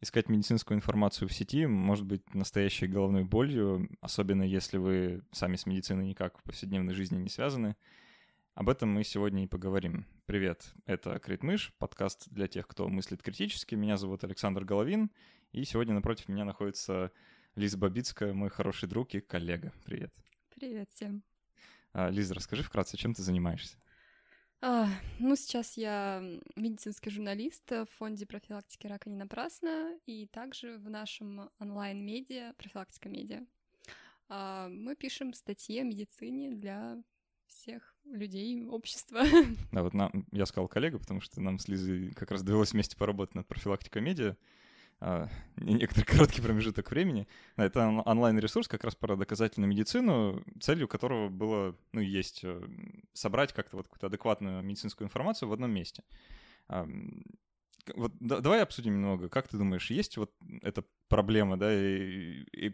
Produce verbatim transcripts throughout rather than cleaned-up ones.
искать медицинскую информацию в сети может быть настоящей головной болью, особенно если вы сами с медициной никак в повседневной жизни не связаны. Об этом мы сегодня и поговорим. Привет, это Критмыш, подкаст для тех, кто мыслит критически. Меня зовут Александр Головин, и сегодня напротив меня находится Лиза Бабицкая, мой хороший друг и коллега. Привет. Привет всем. Лиза, расскажи вкратце, чем ты занимаешься? А, ну, сейчас я медицинский журналист в фонде профилактики рака не напрасно и также в нашем онлайн-медиа «Профилактика медиа». А, мы пишем статьи о медицине для всех людей, общества. Да, вот нам, я сказал коллега, потому что нам с Лизой как раз довелось вместе поработать над профилактикой медиа. Uh, некоторый короткий промежуток времени. Это онлайн-ресурс как раз про доказательную медицину, целью которого было, ну, есть собрать как-то вот какую-то адекватную медицинскую информацию в одном месте. Uh, вот да, давай обсудим немного. Как ты думаешь, есть вот эта проблема, да, и, и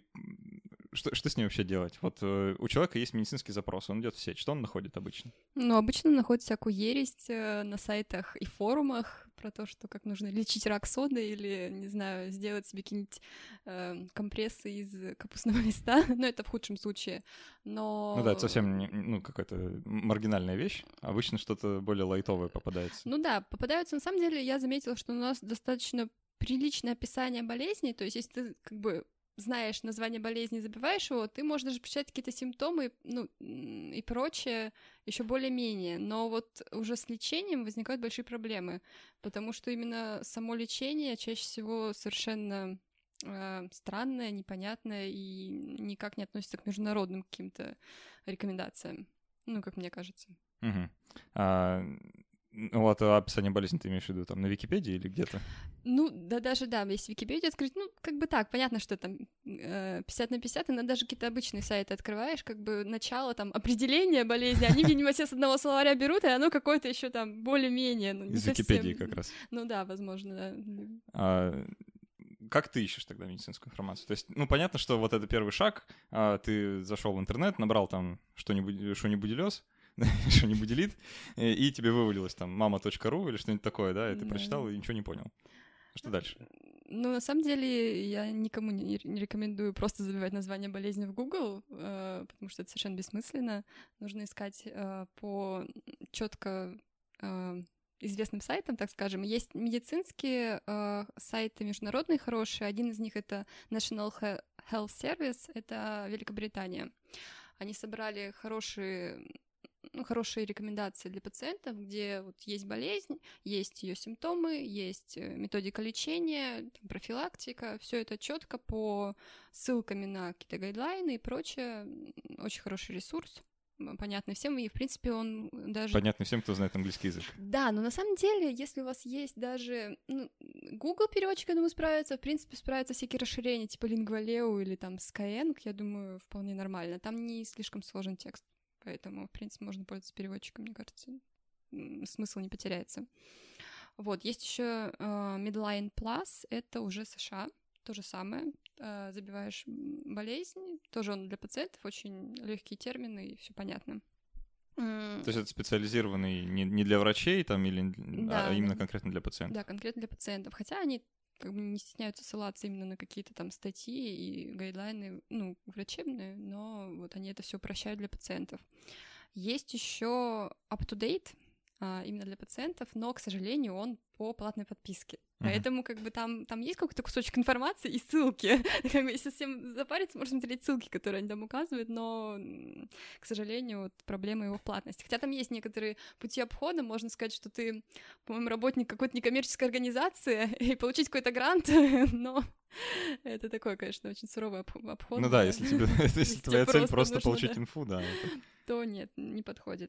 что, что с ней вообще делать? Вот у человека есть медицинский запрос, он идет в сеть. Что он находит обычно? Ну, обычно он находит всякую ересь на сайтах и форумах про то, что как нужно лечить рак содой или, не знаю, сделать себе какие-нибудь э, компрессы из капустного листа. Но это в худшем случае. Но... Ну да, это совсем не, ну, какая-то маргинальная вещь. Обычно что-то более лайтовое попадается. Ну да, попадаются. На самом деле, я заметила, что у нас достаточно приличное описание болезней. То есть, если ты как бы знаешь название болезни, забиваешь его, ты можешь даже писать какие-то симптомы, ну, и прочее, еще более-менее. Но вот уже с лечением возникают большие проблемы, потому что именно само лечение чаще всего совершенно э, странное, непонятное и никак не относится к международным каким-то рекомендациям, ну, как мне кажется. Угу. А... Вот, а описание болезни ты имеешь в виду там на Википедии или где-то? Ну, да даже, да, если Википедию открыть, ну, как бы так, понятно, что там э, пятьдесят на пятьдесят, и даже какие-то обычные сайты открываешь, как бы начало, там, определение болезни, они, видимо, все с одного словаря берут, и оно какое-то еще там более-менее, ну, не Из совсем... Википедии как раз. Ну да, возможно, да. А... Как ты ищешь тогда медицинскую информацию? То есть, ну, понятно, что вот это первый шаг, а, ты зашел в интернет, набрал там что-нибудь, что-нибудь лез, что-нибудь делит, и тебе вывалилось там мама точка ру или что-нибудь такое, да, и ты да. прочитал и ничего не понял. Что дальше? Ну, на самом деле, я никому не, не рекомендую просто забивать название болезни в Google, э, потому что это совершенно бессмысленно. Нужно искать э, по четко э, известным сайтам, так скажем. Есть медицинские э, сайты международные хорошие. Один из них — это National Health Service, это Великобритания. Они собрали хорошие... Ну, хорошие рекомендации для пациентов, где вот есть болезнь, есть ее симптомы, есть методика лечения, профилактика, все это четко по ссылками на какие-то гайдлайны и прочее. Очень хороший ресурс, понятный всем, и, в принципе, он даже... Понятный всем, кто знает английский язык. Да, но на самом деле, если у вас есть даже... Ну, Google переводчик, я думаю, справится, в принципе, справятся всякие расширения, типа Lingvaleo или там Skyeng, я думаю, вполне нормально. Там не слишком сложен текст. Поэтому, в принципе, можно пользоваться переводчиком, мне кажется, смысл не потеряется. Вот, есть еще uh, Medline Plus, это уже США, то же самое. Uh, забиваешь болезнь, тоже он для пациентов, очень легкие термины, и все понятно. То есть это специализированный не, не для врачей, там, или, да, а именно да. конкретно для пациентов? Да, конкретно для пациентов. Хотя они как бы не стесняются ссылаться именно на какие-то там статьи и гайдлайны, ну, врачебные, но вот они это все упрощают для пациентов. Есть еще UpToDate, а, именно для пациентов, но, к сожалению, он по платной подписке. Uh-huh. Поэтому как бы там, там есть какой-то кусочек информации и ссылки. Как бы, если совсем запариться, можно смотреть ссылки, которые они там указывают, но, к сожалению, вот проблема его в платности. Хотя там есть некоторые пути обхода, можно сказать, что ты, по-моему, работник какой-то некоммерческой организации и получить какой-то грант, но это такой, конечно, очень суровый обход. Ну да, если, тебе, если твоя цель просто получить инфу, да. То нет, не подходит.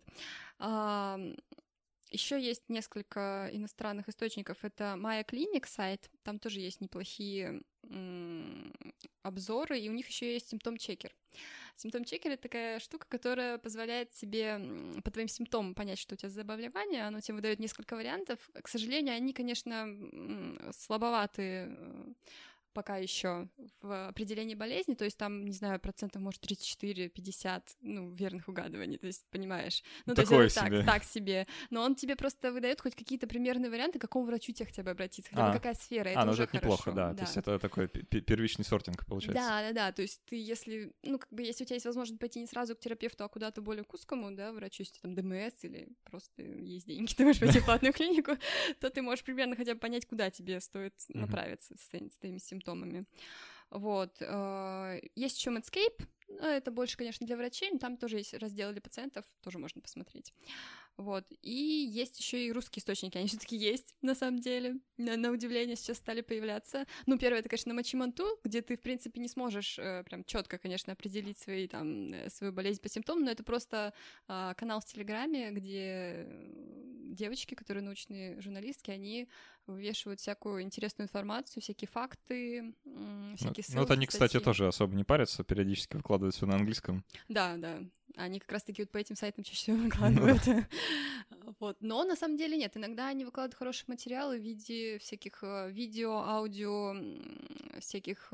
Еще есть несколько иностранных источников. Это Mayo Clinic сайт, там тоже есть неплохие м- обзоры, и у них еще есть симптом-чекер. Симптом-чекер — это такая штука, которая позволяет тебе по твоим симптомам понять, что у тебя за заболевание. Оно тебе выдает несколько вариантов. К сожалению, они, конечно, слабоваты пока еще в определении болезни, то есть там, не знаю, процентов, может, тридцать четыре пятьдесят, ну, верных угадываний, то есть, понимаешь? Ну, Такое то есть это себе. так, так себе. Но он тебе просто выдает хоть какие-то примерные варианты, к какому врачу тебе хотя бы обратиться, хотя а. бы какая сфера, это а, ну, уже это хорошо. неплохо, да. да. То есть это такой первичный сортинг, получается. Да, да, да, то есть ты, если, ну, как бы, если у тебя есть возможность пойти не сразу к терапевту, а куда-то более к узкому, да, врачу, если там ДМС или просто есть деньги, ты можешь пойти в платную клинику, то ты можешь примерно хотя бы понять, куда тебе стоит направиться с твоими симптомами. Вот. Есть еще Medscape, это больше, конечно, для врачей, но там тоже есть разделы для пациентов, тоже можно посмотреть. Вот. И есть еще и русские источники, они все-таки есть, на самом деле. На, на удивление сейчас стали появляться. Ну, первое, это, конечно, Мочиманту, где ты, в принципе, не сможешь э, прям четко, конечно, определить свои, там, свою болезнь по симптомам, но это просто э, канал в Телеграме, где девочки, которые научные журналистки, они вывешивают всякую интересную информацию, всякие факты, м, всякие ссылки. Ну, вот они, кстати, тоже особо не парятся, периодически выкладывают все на английском. Да, да. Они как раз-таки вот по этим сайтам чаще всего выкладывают. Вот. Но на самом деле нет. Иногда они выкладывают хорошие материалы в виде всяких видео, аудио, всяких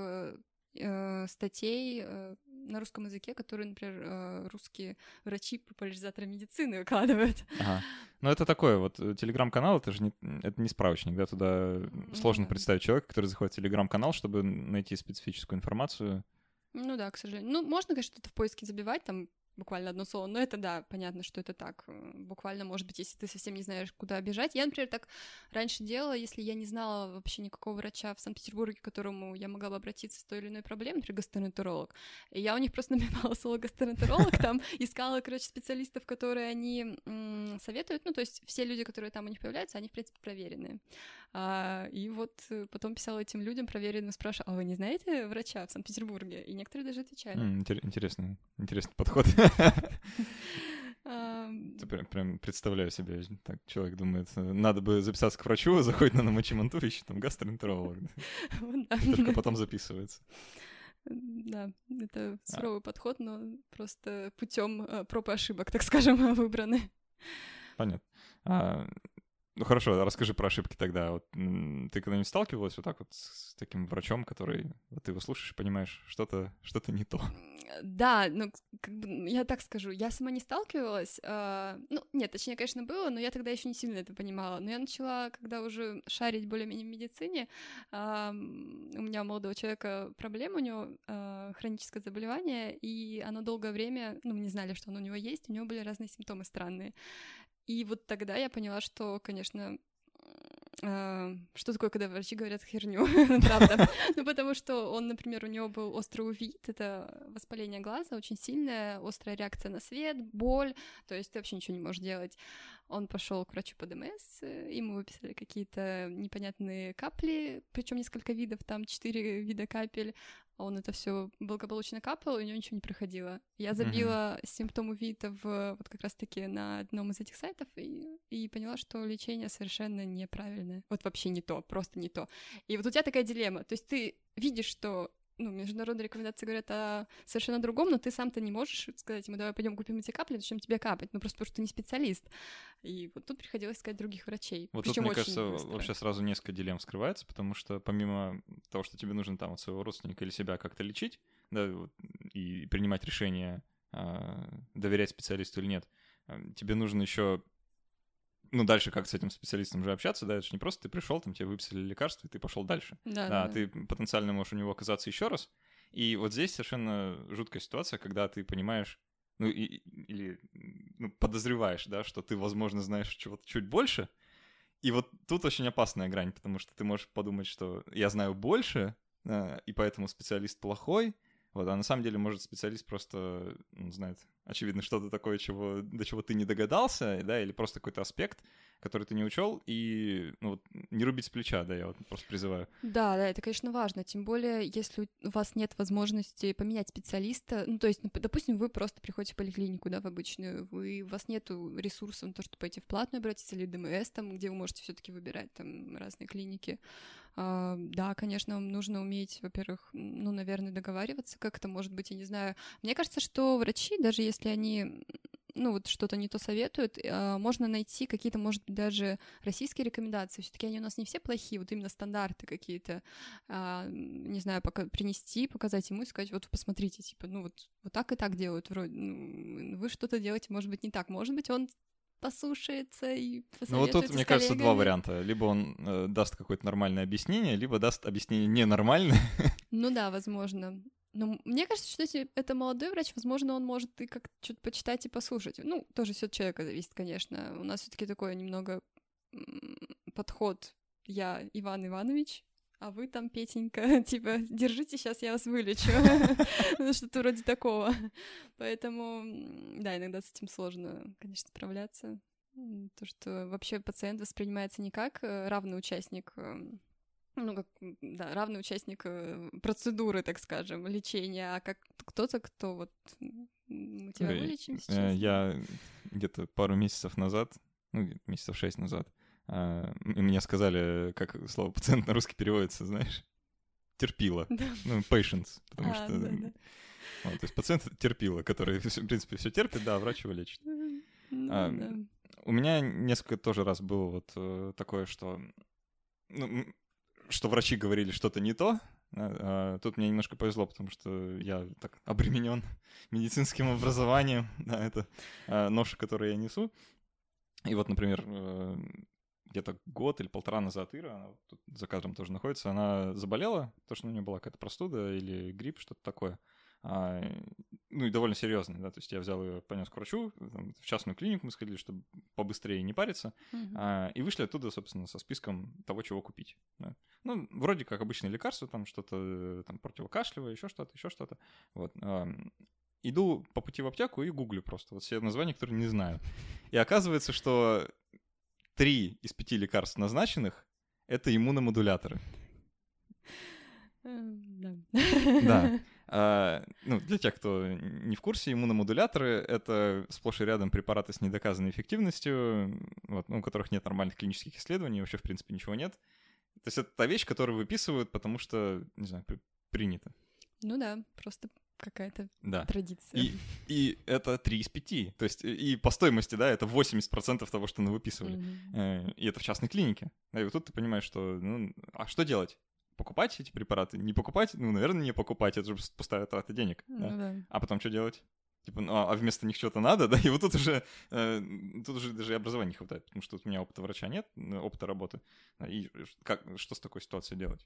э, статей э, на русском языке, которые, например, э, русские врачи, популяризаторы медицины выкладывают. Ага. Ну, это такое вот, телеграм-канал, это же не, это не справочник, да, туда сложно да. представить человека, который заходит в телеграм-канал, чтобы найти специфическую информацию. Ну да, к сожалению. Ну, можно, конечно, что-то в поиске забивать, там, буквально одно слово, но это, да, понятно, что это так. Буквально, может быть, если ты совсем не знаешь, куда бежать. Я, например, так раньше делала, если я не знала вообще никакого врача в Санкт-Петербурге, к которому я могла бы обратиться с той или иной проблемой, например, гастроэнтеролог. И я у них просто набивала слово гастроэнтеролог, там искала, короче, специалистов, которые они м- советуют. Ну, то есть все люди, которые там у них появляются, они, в принципе, проверенные. А, и вот потом писала этим людям проверенным, спрашивала, а вы не знаете врача в Санкт-Петербурге? И некоторые даже отвечали. Mm, интересный, интересный подход. Um... Прям, прям представляю себе, так человек думает, надо бы записаться к врачу, заходит на Мочиманту, ищет там гастроэнтеролог. Только потом записывается. Да, это суровый подход, но просто путем проб и ошибок, так скажем, выбраны. Понятно. Ну хорошо, расскажи про ошибки тогда. Вот, ты когда-нибудь сталкивалась вот так вот с таким врачом, который вот ты его слушаешь и понимаешь, что-то, что-то не то? Да, ну, как бы, я так скажу, я сама не сталкивалась, э, ну, нет, точнее, конечно, было, но я тогда еще не сильно это понимала, но я начала, когда уже шарить более-менее в медицине, э, у меня у молодого человека проблема, у него э, хроническое заболевание, и оно долгое время, ну, мы не знали, что оно у него есть, у него были разные симптомы странные, и вот тогда я поняла, что, конечно, Uh, что такое, когда врачи говорят херню, правда? Ну, потому что он, например, у него был острый увит, это воспаление глаза, очень сильная, острая реакция на свет, боль, то есть ты вообще ничего не можешь делать. Он пошел к врачу по ДМС, ему выписали какие-то непонятные капли, причем несколько видов, там четыре вида капель. Он это все благополучно капал, и у него ничего не проходило. Я забила mm-hmm. симптом увита в, вот как раз-таки на одном из этих сайтов и, и поняла, что лечение совершенно неправильное. Вот вообще не то, просто не то. И вот у тебя такая дилемма. То есть ты видишь, что ну, международные рекомендации говорят о совершенно другом, но ты сам-то не можешь сказать ему, давай пойдем купим эти капли, зачем тебе капать? Ну, просто потому что ты не специалист. И вот тут приходилось искать других врачей. Вот тут, мне кажется, быстро. Вообще сразу несколько дилемм вскрывается, потому что помимо того, что тебе нужно там от своего родственника или себя как-то лечить, да, вот, и принимать решение, э, доверять специалисту или нет, э, тебе нужно еще ну, дальше как с этим специалистом же общаться, да, это же не просто ты пришел, там тебе выписали лекарства, и ты пошел дальше. Да, да, да, ты потенциально можешь у него оказаться еще раз. И вот здесь совершенно жуткая ситуация, когда ты понимаешь, ну, и, или ну, подозреваешь, да, что ты, возможно, знаешь чего-то чуть больше. И вот тут очень опасная грань, потому что ты можешь подумать, что я знаю больше, да, и поэтому специалист плохой. Вот, а на самом деле, может, специалист просто ну, знает, очевидно, что-то такое, чего, до чего ты не догадался, да, или просто какой-то аспект, который ты не учел, и ну, вот, не рубить с плеча, да, я вот просто призываю. Да, да, это, конечно, важно, тем более, если у вас нет возможности поменять специалиста, ну, то есть, допустим, вы просто приходите в поликлинику, да, в обычную, вы, у вас нету ресурсов на то, чтобы пойти в платную обратиться, или ДМС, там, где вы можете все-таки выбирать там разные клиники. Uh, да, конечно, вам нужно уметь, во-первых, ну, наверное, договариваться как-то, может быть, я не знаю. Мне кажется, что врачи, даже если они ну, вот что-то не то советуют, э, можно найти какие-то, может быть, даже российские рекомендации. Все-таки они у нас не все плохие, вот именно стандарты какие-то. Э, не знаю, пока принести, показать ему и сказать, вот посмотрите, типа, ну, вот, вот так и так делают вроде. Ну, вы что-то делаете, может быть, не так. Может быть, он послушается и посоветуется. Ну вот тут, мне с кажется, коллегами. два варианта. Либо он э, даст какое-то нормальное объяснение, либо даст объяснение ненормальное. Ну да, возможно. Но мне кажется, что если это молодой врач, возможно, он может и как-то что-то почитать и послушать. Ну, тоже все от человека зависит, конечно. У нас все-таки такой немного подход. Я Иван Иванович, а вы там, Петенька, типа, держите, сейчас я вас вылечу. Ну, что-то вроде такого. Поэтому, да, иногда с этим сложно, конечно, справляться. То, что вообще пациент воспринимается не как равный участник, ну, как, да, равный участник процедуры, так скажем, лечения, а как кто-то, кто вот мы тебя вылечим сейчас. Я где-то пару месяцев назад, ну, месяцев шесть назад, мне сказали, как слово пациент на русский переводится, знаешь, терпила, да. Ну, patience, потому а, что... Да, да. Вот, то есть пациент терпила, который, в принципе, все терпит, да, а врач его лечит. Ну, а, да. У меня несколько тоже раз было вот э, такое, что... Ну, что врачи говорили что-то не то. А, а тут мне немножко повезло, потому что я так обременен медицинским образованием. Да, это а, ноша, которую я несу. И вот, например, где-то год или полтора назад Ира, она тут за кадром тоже находится, она заболела, потому что у нее была какая-то простуда или грипп, что-то такое. А, ну и довольно серьезно, да, то есть я взял ее, понес к врачу, там, в частную клинику мы сходили, чтобы побыстрее не париться, uh-huh. а, и вышли оттуда, собственно, со списком того, чего купить. Да. Ну, вроде как обычные лекарства, там что-то там противокашлевое, еще что-то, еще что-то. Вот. А, иду по пути в аптеку и гуглю просто вот все названия, которые не знаю. И оказывается, что три из пяти лекарств назначенных — это иммуномодуляторы. Да. Да. А, ну, для тех, кто не в курсе, иммуномодуляторы — это сплошь и рядом препараты с недоказанной эффективностью, вот, ну, у которых нет нормальных клинических исследований, вообще, в принципе, ничего нет. То есть это та вещь, которую выписывают, потому что, не знаю, при- принято. Ну да, просто какая-то да. традиция. И, и это три из пяти. То есть и по стоимости, да, это восемьдесят процентов того, что мы выписывали. Mm-hmm. И это в частной клинике. И вот тут ты понимаешь, что, ну, а что делать? Покупать эти препараты? Не покупать? Ну, наверное, не покупать, это же пустая трата денег. Ну, да? да. А потом что делать? Типа, ну, а вместо них что-то надо, да? И вот тут уже, э, тут уже даже и образования не хватает, потому что тут у меня опыта врача нет, опыта работы. И как, что с такой ситуацией делать?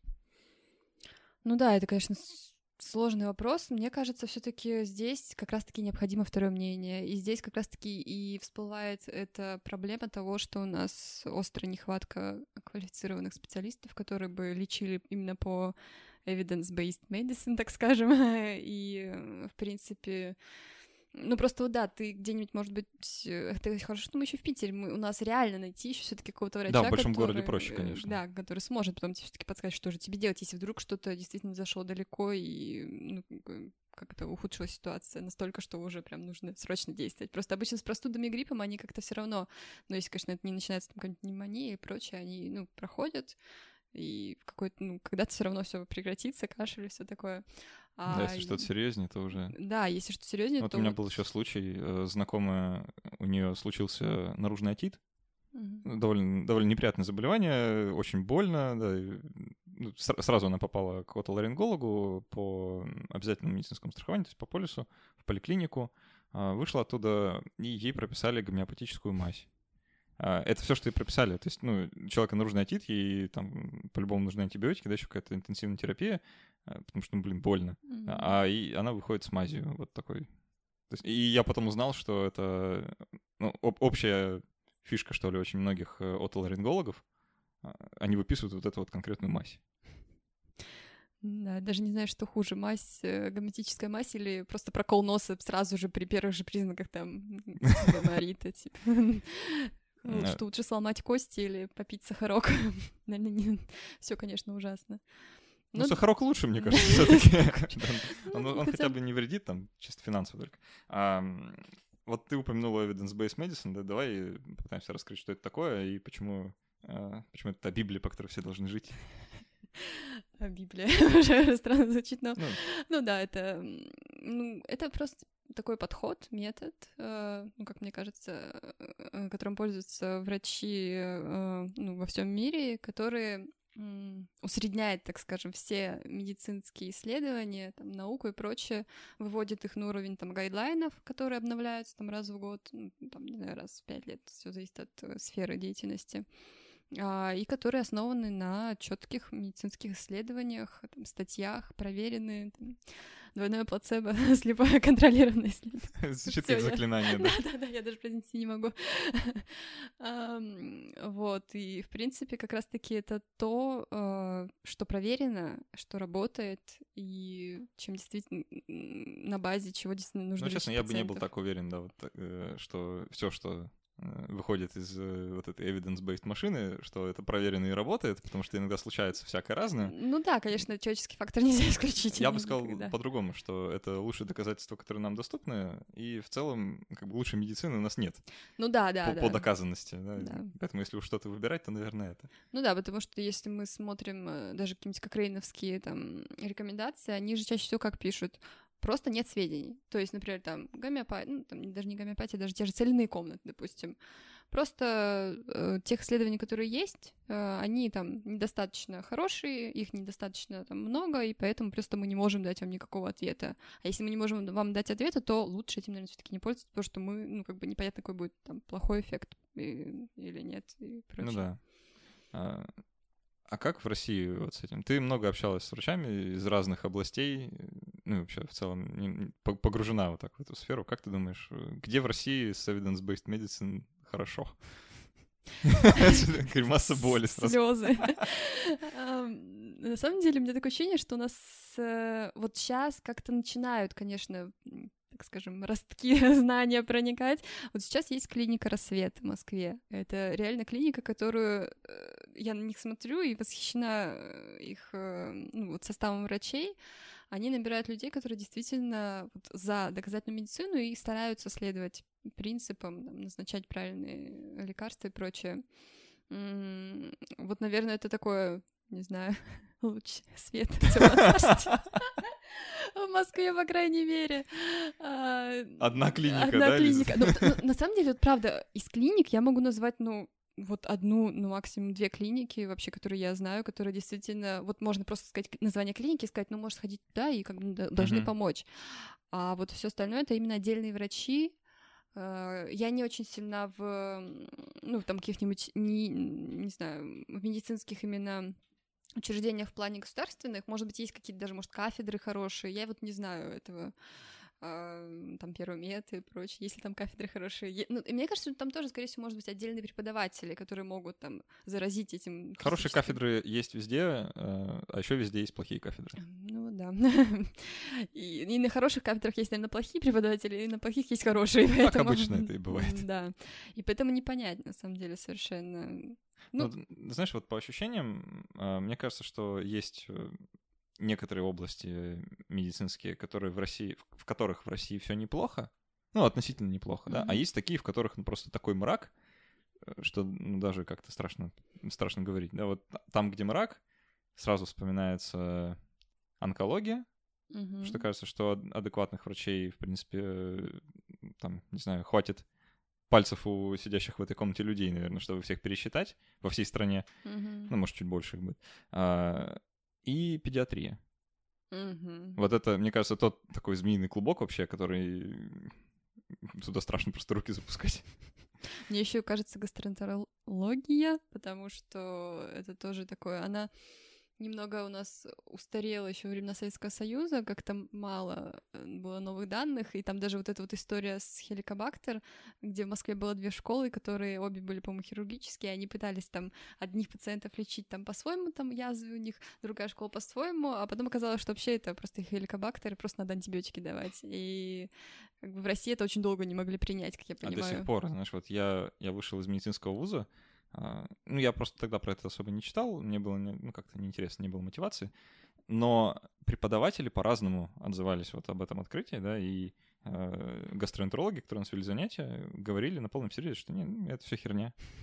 Ну да, это, конечно, сложный вопрос. Мне кажется, все-таки здесь как раз-таки необходимо второе мнение. И здесь как раз-таки и всплывает эта проблема того, что у нас острая нехватка квалифицированных специалистов, которые бы лечили именно по evidence-based medicine, так скажем. И, в принципе... Ну, просто, вот, да, ты где-нибудь, может быть, это хорошо, что мы еще в Питере, мы, у нас реально найти еще все-таки какого-то врача, да, в большом который, городе проще, конечно. Да, который сможет потом тебе все-таки подсказать, что же тебе делать, если вдруг что-то действительно зашло далеко и, ну, как-то ухудшилась ситуация настолько, что уже прям нужно срочно действовать. Просто обычно с простудами и гриппом они как-то все равно, ну, если, конечно, это не начинается там какая-нибудь пневмония и прочее, они, ну, проходят, и в какой-то, ну, когда-то все равно все прекратится, кашель и все такое. А, да, если что-то серьезнее, то уже... Да, если что-то серьезнее, вот то... у меня вот... был еще случай, знакомая, у нее случился наружный отит, угу. довольно, довольно неприятное заболевание, очень больно, да, сразу она попала к отоларингологу по обязательному медицинскому страхованию, то есть по полису, в поликлинику, вышла оттуда, и ей прописали гомеопатическую мазь. Это все, что ей прописали. То есть, ну, у человека наружный отит, ей там по-любому нужны антибиотики, да, еще какая-то интенсивная терапия, потому что, ну, блин, больно. Mm-hmm. А и она выходит с мазью вот такой. То есть, и я потом узнал, что это, ну, об- общая фишка, что ли, очень многих отоларингологов. Они выписывают вот эту вот конкретную мазь. Да, даже не знаю, что хуже, мазь, гомеопатическая мазь или просто прокол носа сразу же при первых же признаках там гайморита, типа. Ну, что лучше сломать кости или попить сахарок. Наверное, не... все, конечно, ужасно. Ну, ну сахарок лучше, мне кажется, все-таки. Он хотя бы не вредит, там, чисто финансово только. Вот ты упомянула evidence-based medicine, да, давай попытаемся раскрыть, что это такое и почему почему это та Библия, по которой все должны жить. А Библия уже странно звучит, но... Ну, ну да, это, ну, это просто такой подход, метод, э, ну, как мне кажется, э, которым пользуются врачи э, ну, во всем мире, которые м, усредняет, так скажем, все медицинские исследования, там, науку и прочее, выводит их на уровень там гайдлайнов, которые обновляются там раз в год, ну, там, не знаю, раз в пять лет, все зависит от э, сферы деятельности. И которые основаны на четких медицинских исследованиях, там, статьях, проверенные, там, двойное плацебо, слепое контролированное исследование. Звучит как заклинание, да? Да-да-да, я даже произнести не могу. Вот, и, в принципе, как раз-таки это то, что проверено, что работает, и чем действительно, на базе чего действительно нужно лечить пациентов. Ну, честно, я бы не был так уверен, да, вот, что все, что выходит из вот этой evidence-based машины, что это проверено и работает, потому что иногда случается всякое разное. Ну да, конечно, человеческий фактор нельзя исключить. Я бы сказал никогда. По-другому, что это лучшие доказательства, которые нам доступны, и в целом как бы лучшей медицины у нас нет. Ну да, да, по, да. По доказанности. Да? Да. Поэтому если уж что-то выбирать, то, наверное, это. Ну да, потому что если мы смотрим даже какие-нибудь кокрейновские там рекомендации, они же чаще всего как пишут: просто нет сведений. То есть, например, там гомеопатия, ну, там даже не гомеопатия, даже те же целебные комнаты, допустим. Просто э, тех исследований, которые есть, э, они там недостаточно хорошие, их недостаточно там много, и поэтому просто мы не можем дать вам никакого ответа. А если мы не можем вам дать ответа, то лучше этим, наверное, все-таки не пользоваться, потому что мы, ну, как бы непонятно, какой будет там плохой эффект и, или нет, и прочее. Ну да. А... А как в России вот с этим? Ты много общалась с врачами из разных областей, ну, вообще в целом погружена вот так в эту сферу. Как ты думаешь, где в России с evidence-based medicine хорошо? Гримаса боли сразу. Слезы. На самом деле, у меня такое ощущение, что у нас вот сейчас как-то начинают, конечно, так скажем, ростки знания проникать. Вот сейчас есть клиника «Рассвет» в Москве. Это реально клиника, которую я на них смотрю и восхищена их, ну, вот составом врачей. Они набирают людей, которые действительно вот за доказательную медицину и стараются следовать принципам, там, назначать правильные лекарства и прочее. Вот, наверное, это такое, не знаю, луч света в темном царстве. В Москве, по крайней мере. Одна клиника, Одна да? клиника. Ну, ну, на самом деле, вот правда, из клиник я могу назвать, ну, вот одну, ну, максимум две клиники вообще, которые я знаю, которые действительно... Вот можно просто сказать название клиники и сказать, ну, можешь сходить туда, и как бы должны mm-hmm. помочь. А вот все остальное — это именно отдельные врачи. Я не очень сильна в, ну, там, каких-нибудь, не, не знаю, в медицинских именно учреждениях в плане государственных. Может быть, есть какие-то даже, может, кафедры хорошие. Я вот не знаю этого, там, первый мед и прочее, если там кафедры хорошие. Ну, и мне кажется, что там тоже, скорее всего, может быть, отдельные преподаватели, которые могут там заразить этим. Хорошие кафедры есть везде, а еще везде есть плохие кафедры. Ну да. И, и на хороших кафедрах есть, наверное, плохие преподаватели, и на плохих есть хорошие. Поэтому... Как обычно это и бывает. Да. И поэтому не понять, на самом деле, совершенно. Ну, ну, знаешь, вот по ощущениям, мне кажется, что есть некоторые области медицинские, которые в России, в которых в России все неплохо, ну, относительно неплохо, mm-hmm. да, а есть такие, в которых ну, просто такой мрак, что ну, даже как-то страшно, страшно говорить. Да, вот там, где мрак, сразу вспоминается онкология, mm-hmm. что кажется, что адекватных врачей, в принципе, там, не знаю, хватит пальцев у сидящих в этой комнате людей, наверное, чтобы всех пересчитать во всей стране. Mm-hmm. Ну, может, чуть больше их будет. А, и педиатрия. Mm-hmm. Вот это, мне кажется, тот такой змеиный клубок вообще, который туда страшно просто руки запускать. Мне еще кажется гастроэнтерология, потому что это тоже такое, она немного у нас устарела еще во времена Советского Союза, как-то мало было новых данных, и там даже вот эта вот история с хеликобактер, где в Москве было две школы, которые обе были, по-моему, хирургические, они пытались там одних пациентов лечить там по-своему, там язвы у них, другая школа по-своему, а потом оказалось, что вообще это просто хеликобактер, просто надо антибиотики давать, и как бы в России это очень долго не могли принять, как я понимаю. А до сих пор, знаешь, вот я, я вышел из медицинского вуза, ну, я просто тогда про это особо не читал, мне было, ну, как-то неинтересно, не было мотивации, но преподаватели по-разному отзывались вот об этом открытии, да, и э, гастроэнтерологи, которые у нас вели занятия, говорили на полном серьезе, что не, это все херня.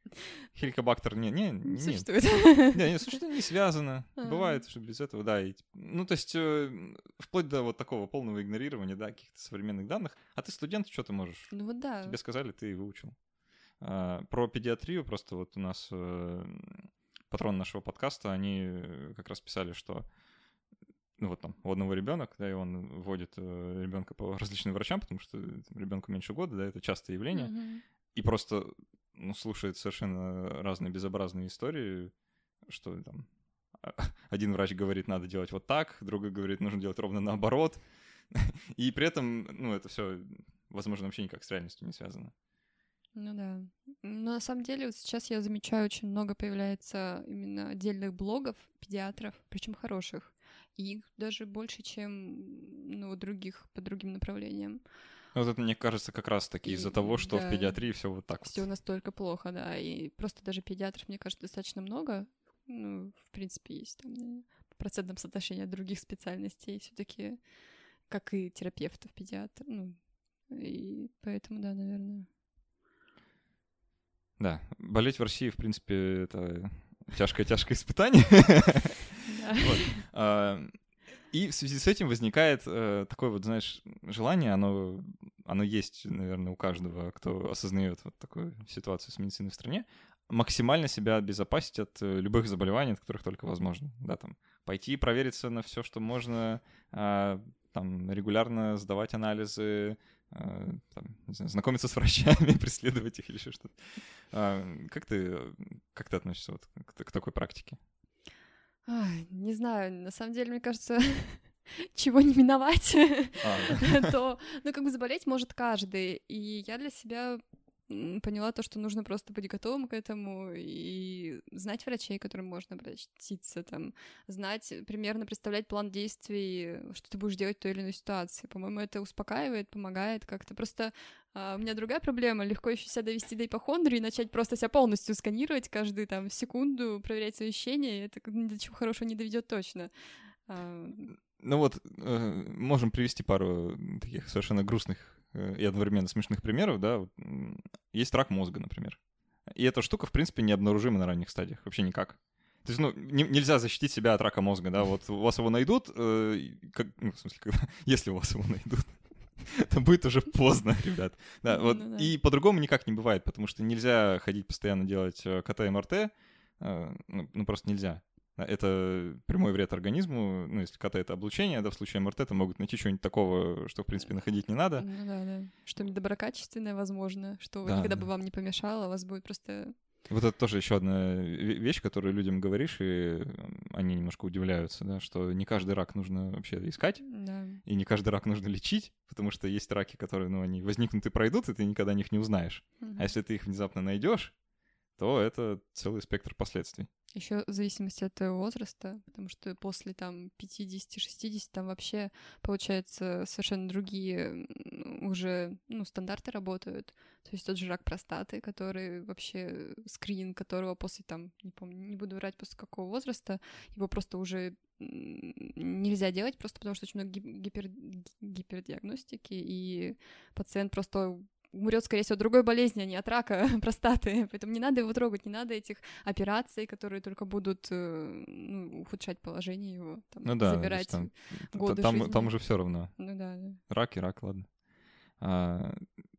Хеликобактер не, не, Не не, существует. не, не, что не связано. А. Бывает, что без этого, да. И, ну, то есть, э, вплоть до вот такого полного игнорирования, да, каких-то современных данных. А ты студент, что ты можешь? Ну вот да. Тебе сказали, ты выучил. А, про педиатрию просто вот у нас э, патрон нашего подкаста, они как раз писали, что ну вот там у одного ребенок, да, и он вводит э, ребенка по различным врачам, потому что ребенку меньше года, да, это частое явление. Мгм. И просто ну, слушает совершенно разные безобразные истории, что там а- один врач говорит, надо делать вот так, другой говорит, нужно делать ровно наоборот. И при этом, ну, это все, возможно, вообще никак с реальностью не связано. Ну да. Но на самом деле вот сейчас я замечаю, очень много появляется именно отдельных блогов педиатров, причем хороших. И их даже больше, чем ну, других по другим направлениям. Вот это, мне кажется, как раз-таки И- из-за того, что да. в педиатрии все вот так Все вот. настолько плохо, да. И просто даже педиатров, мне кажется, достаточно много. Ну, в принципе, есть там наверное, по процентном соотношении от других специальностей все-таки, как и терапевтов, педиатров. Ну, и поэтому, да, наверное. Да, болеть в России, в принципе, это тяжкое-тяжкое испытание. Да. Вот. А, И в связи с этим возникает э, такое вот, знаешь, желание, оно, оно есть, наверное, у каждого, кто осознает вот такую ситуацию с медициной в стране, максимально себя обезопасить от э, любых заболеваний, от которых только возможно. Да, там, пойти провериться на все, что можно, а, там, регулярно сдавать анализы, а, там, не знаю, знакомиться с врачами, преследовать их или еще что-то. А, как ты, как ты относишься вот к, к такой практике? Ай, не знаю, на самом деле, мне кажется, чего не миновать, А, да. то, ну, как бы заболеть может каждый. И я для себя м, поняла то, что нужно просто быть готовым к этому и знать врачей, к которым можно обратиться, там, знать, примерно представлять план действий, что ты будешь делать в той или иной ситуации. По-моему, это успокаивает, помогает как-то. Просто а, у меня другая проблема. Легко еще себя довести до ипохондрии и начать просто себя полностью сканировать каждую там секунду, проверять свои ощущения. Это ни до чего хорошего не доведет точно. А, Ну вот, э, можем привести пару таких совершенно грустных э, и одновременно смешных примеров, да. Вот, м, есть рак мозга, например. И эта штука, в принципе, необнаружима на ранних стадиях, вообще никак. То есть, ну, не- нельзя защитить себя от рака мозга, да, вот у вас его найдут, э, и как, ну, в смысле, когда, если у вас его найдут, то будет уже поздно, ребят. Да, вот, Ну да. и по-другому никак не бывает, потому что нельзя ходить постоянно делать э, КТ и МРТ, э, ну, ну, просто нельзя. Это прямой вред организму. Ну, если КТ — это облучение, да, в случае МРТ то могут найти что-нибудь такого, что, в принципе, находить не надо. Ну да, да. Что-нибудь доброкачественное, возможно, что Да, никогда да. бы вам не помешало, у вас будет просто... Вот это тоже еще одна ве- вещь, которую людям говоришь, и они немножко удивляются, да, что не каждый рак нужно вообще искать, Да. и не каждый рак нужно лечить, потому что есть раки, которые, ну, они возникнут и пройдут, и ты никогда о них не узнаешь. Мгм. А если ты их внезапно найдешь, то это целый спектр последствий. Еще в зависимости от твоего возраста, потому что после там пятидесяти-шестидесяти там вообще, получается, совершенно другие м, уже, ну, стандарты работают. То есть тот же рак простаты, который вообще, скрининг которого после там, не помню, не буду врать, после какого возраста, его просто уже м, нельзя делать, просто потому что очень много гип- гипер, гипердиагностики, и пациент просто умрет, скорее всего, от другой болезни, а не от рака простаты. Поэтому не надо его трогать, не надо этих операций, которые только будут э, ну, ухудшать положение его, там, Ну да, то забирать есть там, годы там, жизни. там уже все равно. Ну да, да. Рак и рак, ладно. А,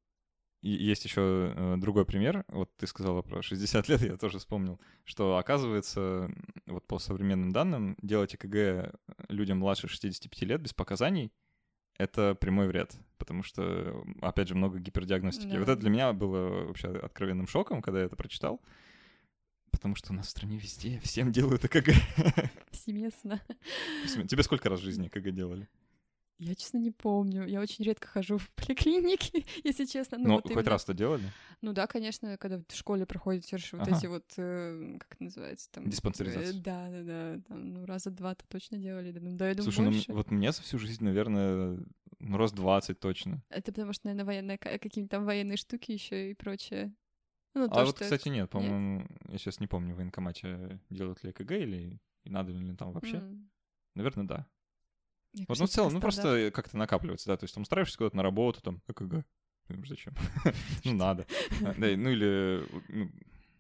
и есть еще э, другой пример. Вот ты сказала про шестьдесят лет, я тоже вспомнил, что оказывается, м, вот по современным данным, делать ЭКГ людям младше шестидесяти пяти лет без показаний — это прямой вред, потому что, опять же, много гипердиагностики. И вот Да. это для меня было вообще откровенным шоком, когда я это прочитал, потому что у нас в стране везде всем делают ЭКГ. Повсеместно. Тебе сколько раз в жизни ЭКГ делали? Я, честно, не помню. Я очень редко хожу в поликлиники, если честно. Ну, Ну, вот хоть именно- раз-то делали? Ну да, конечно, когда в школе проходят все же вот Ага. эти вот, э, как это называется, там... Диспансеризация. э, Да, да, да. Там, ну, раза два-то точно делали. Да, ну, да, я думаю, Слушай, ну больше. вот мне за всю жизнь, наверное, ну, раз двадцать точно. Это потому что, наверное, военная, ка- какие-нибудь там военные штуки еще и прочее. Ну, А то, вот, что- кстати, нет, по-моему, я сейчас не помню, в военкомате делают ли ЭКГ или и надо ли там вообще. М. Наверное, да. Мне Вот, кажется, ну, в это целом, ну, стандарт. просто как-то накапливается, да, то есть там устраиваешься куда-то на работу, там, ЭКГ. Думаешь, зачем? Ну, надо. А, да, ну, или, ну,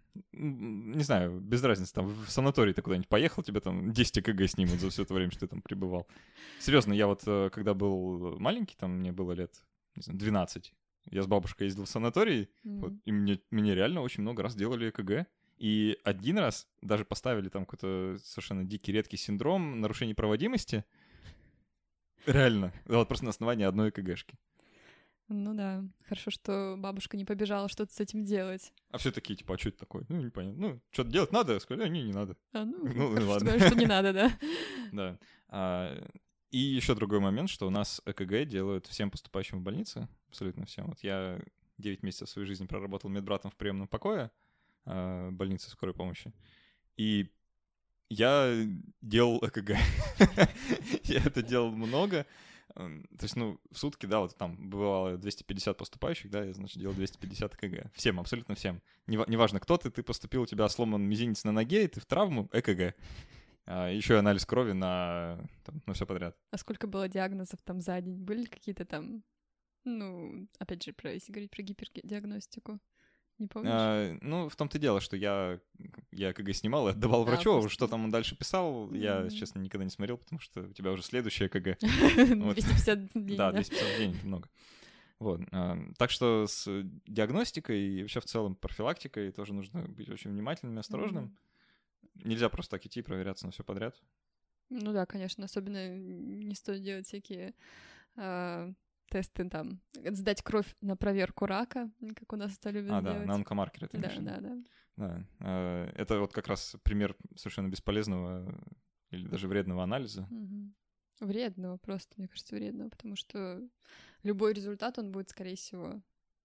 не знаю, без разницы, там в санаторий ты куда-нибудь поехал, тебе там десять КГ снимут за все это время, что ты там пребывал. Серьезно, я вот когда был маленький, там мне было лет, не знаю, двенадцать, я с бабушкой ездил в санаторий, mm-hmm. вот, и мне, мне реально очень много раз делали ЭКГ. И один раз даже поставили там какой-то совершенно дикий, редкий синдром нарушения проводимости. Реально. Вот просто на основании одной ЭКГшки. Ну да. Хорошо, что бабушка не побежала что-то с этим делать. А все такие, типа, а что это такое? Ну, непонятно. Ну, что-то делать надо? Я сказал, не, не надо. А, ну, ну хорошо, ладно. что, что не надо, да. Да. А, и еще другой момент, что у нас ЭКГ делают всем поступающим в больницы. Абсолютно всем. Вот я девять месяцев своей жизни проработал медбратом в приемном покое а, больницы скорой помощи. И я делал ЭКГ. Я это делал много. То есть, ну, в сутки, да, вот там бывало двести пятьдесят поступающих, да, я, значит, делал двести пятьдесят ЭКГ. Всем, абсолютно всем. Неважно, кто ты, ты поступил, у тебя сломан мизинец на ноге, и ты в травму, ЭКГ. А еще и анализ крови на, там, ну, все подряд. А сколько было диагнозов там за день? Были какие-то там, ну, опять же, про, если говорить про гипердиагностику? Не помнишь? А, ну, в том-то и дело, что я, я ЭКГ снимал и отдавал да, врачу, просто... что там он дальше писал, mm-hmm. я, честно, никогда не смотрел, потому что у тебя уже следующее ЭКГ. двести пятьдесят дней, да? Да, двести пятьдесят дней, это много. Вот. Так что с диагностикой и вообще в целом профилактикой тоже нужно быть очень внимательным и осторожным. Нельзя просто так идти и проверяться на все подряд. Ну да, конечно, особенно не стоит делать всякие... тесты там, сдать кровь на проверку рака, как у нас это любят а, делать. А, да, на онкомаркере. Да, да, да, да. Да. Это вот как раз пример совершенно бесполезного или даже вредного анализа. Угу. Вредного просто, мне кажется, вредного, потому что любой результат, он будет, скорее всего,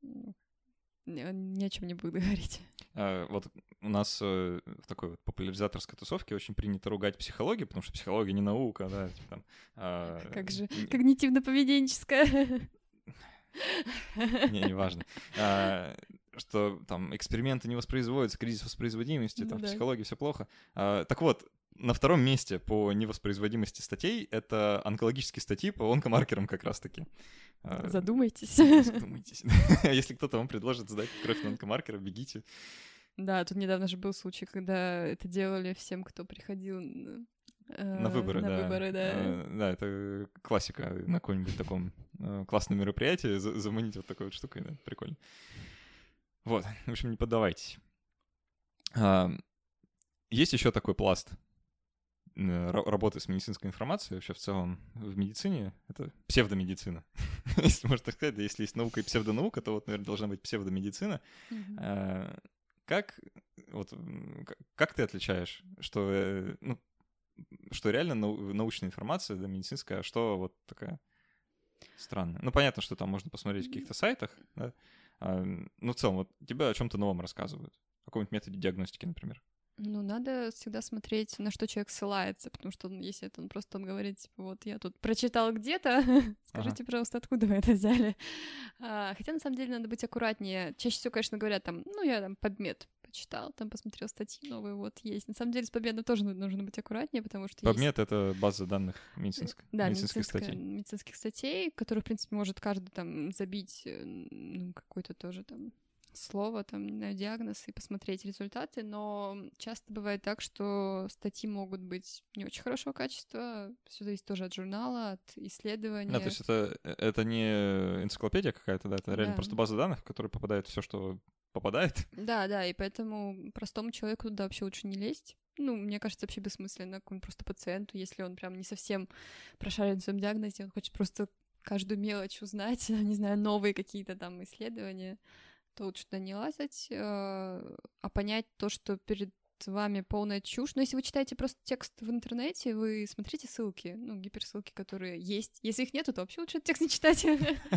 ни о чем не будет говорить. А, вот у нас в такой вот популяризаторской тусовке очень принято ругать психологию, потому что психология не наука, да, типа там... А... Как же когнитивно-поведенческая. Не, не важно. А, что там эксперименты не воспроизводятся, кризис воспроизводимости, там в психологии все плохо. А, так вот, на втором месте по невоспроизводимости статей это онкологические статьи по онкомаркерам как раз-таки. Задумайтесь. Задумайтесь. Если кто-то вам предложит сдать кровь на онкомаркеры, бегите. Да, тут недавно же был случай, когда это делали всем, кто приходил э, на выборы, на да. Выборы, да. Э, да, это классика на каком-нибудь таком э, классном мероприятии за- заманить вот такой вот штукой, да, прикольно. Вот, в общем, не поддавайтесь. А, есть еще такой пласт работы с медицинской информацией, вообще в целом в медицине, это псевдомедицина, если можно так сказать, да, если есть наука и псевдонаука, то вот, наверное, должна быть псевдомедицина. Mm-hmm. А, как, вот, как ты отличаешь, что, ну, что реально нау- научная информация, да, медицинская, а что вот такая странная? Ну, понятно, что там можно посмотреть в каких-то сайтах, да, а, ну, в целом, вот тебе о чем-то новом рассказывают, о каком-нибудь методе диагностики, например. Ну, надо всегда смотреть, на что человек ссылается, потому что он, если это он просто он говорит, типа, вот я тут прочитал где-то, скажите, ага. пожалуйста, откуда вы это взяли. А, хотя, на самом деле, надо быть аккуратнее. Чаще всего, конечно, говорят там, ну, я там PubMed почитал, там посмотрел статьи новые, вот есть. На самом деле, с PubMed тоже нужно быть аккуратнее, потому что PubMed есть... — это база данных медицинских, да, медицинских статей. медицинских статей, которые, в принципе, может каждый там забить, ну, какой-то тоже там... слово, там, не знаю, диагноз и посмотреть результаты, но часто бывает так, что статьи могут быть не очень хорошего качества, все зависит тоже от журнала, от исследования. Да, то есть это, это не энциклопедия какая-то, да, это реально да. просто база данных, в которой попадает все, что попадает. Да, да, и поэтому простому человеку туда вообще лучше не лезть. Ну, мне кажется, вообще бессмысленно какому-то просто пациенту, если он прям не совсем прошарен в своем диагнозе, он хочет просто каждую мелочь узнать, не знаю, новые какие-то там исследования, то лучше туда не лазать, а понять то, что перед вами полная чушь. Но если вы читаете просто текст в интернете, вы смотрите ссылки, ну, гиперссылки, которые есть. Если их нету, то вообще лучше этот текст не читать.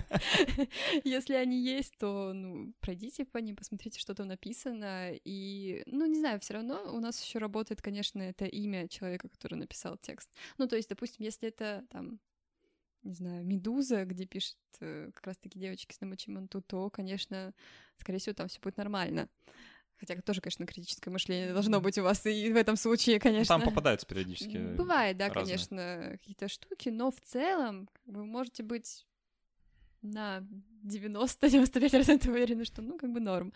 Если они есть, то, ну, пройдите по ним, посмотрите, что там написано. И, ну, не знаю, все равно у нас еще работает, конечно, это имя человека, который написал текст. Ну, то есть, допустим, если это там не знаю, «Медуза», где пишет э, как раз-таки девочки с Намачиманту, то, конечно, скорее всего, там все будет нормально. Хотя тоже, конечно, критическое мышление должно быть у вас и в этом случае, конечно. Там попадаются периодически Бывает, да, разные. конечно, какие-то штуки, но в целом как бы, вы можете быть на девяносто-девяносто пять процентов уверена, что, ну, как бы норм.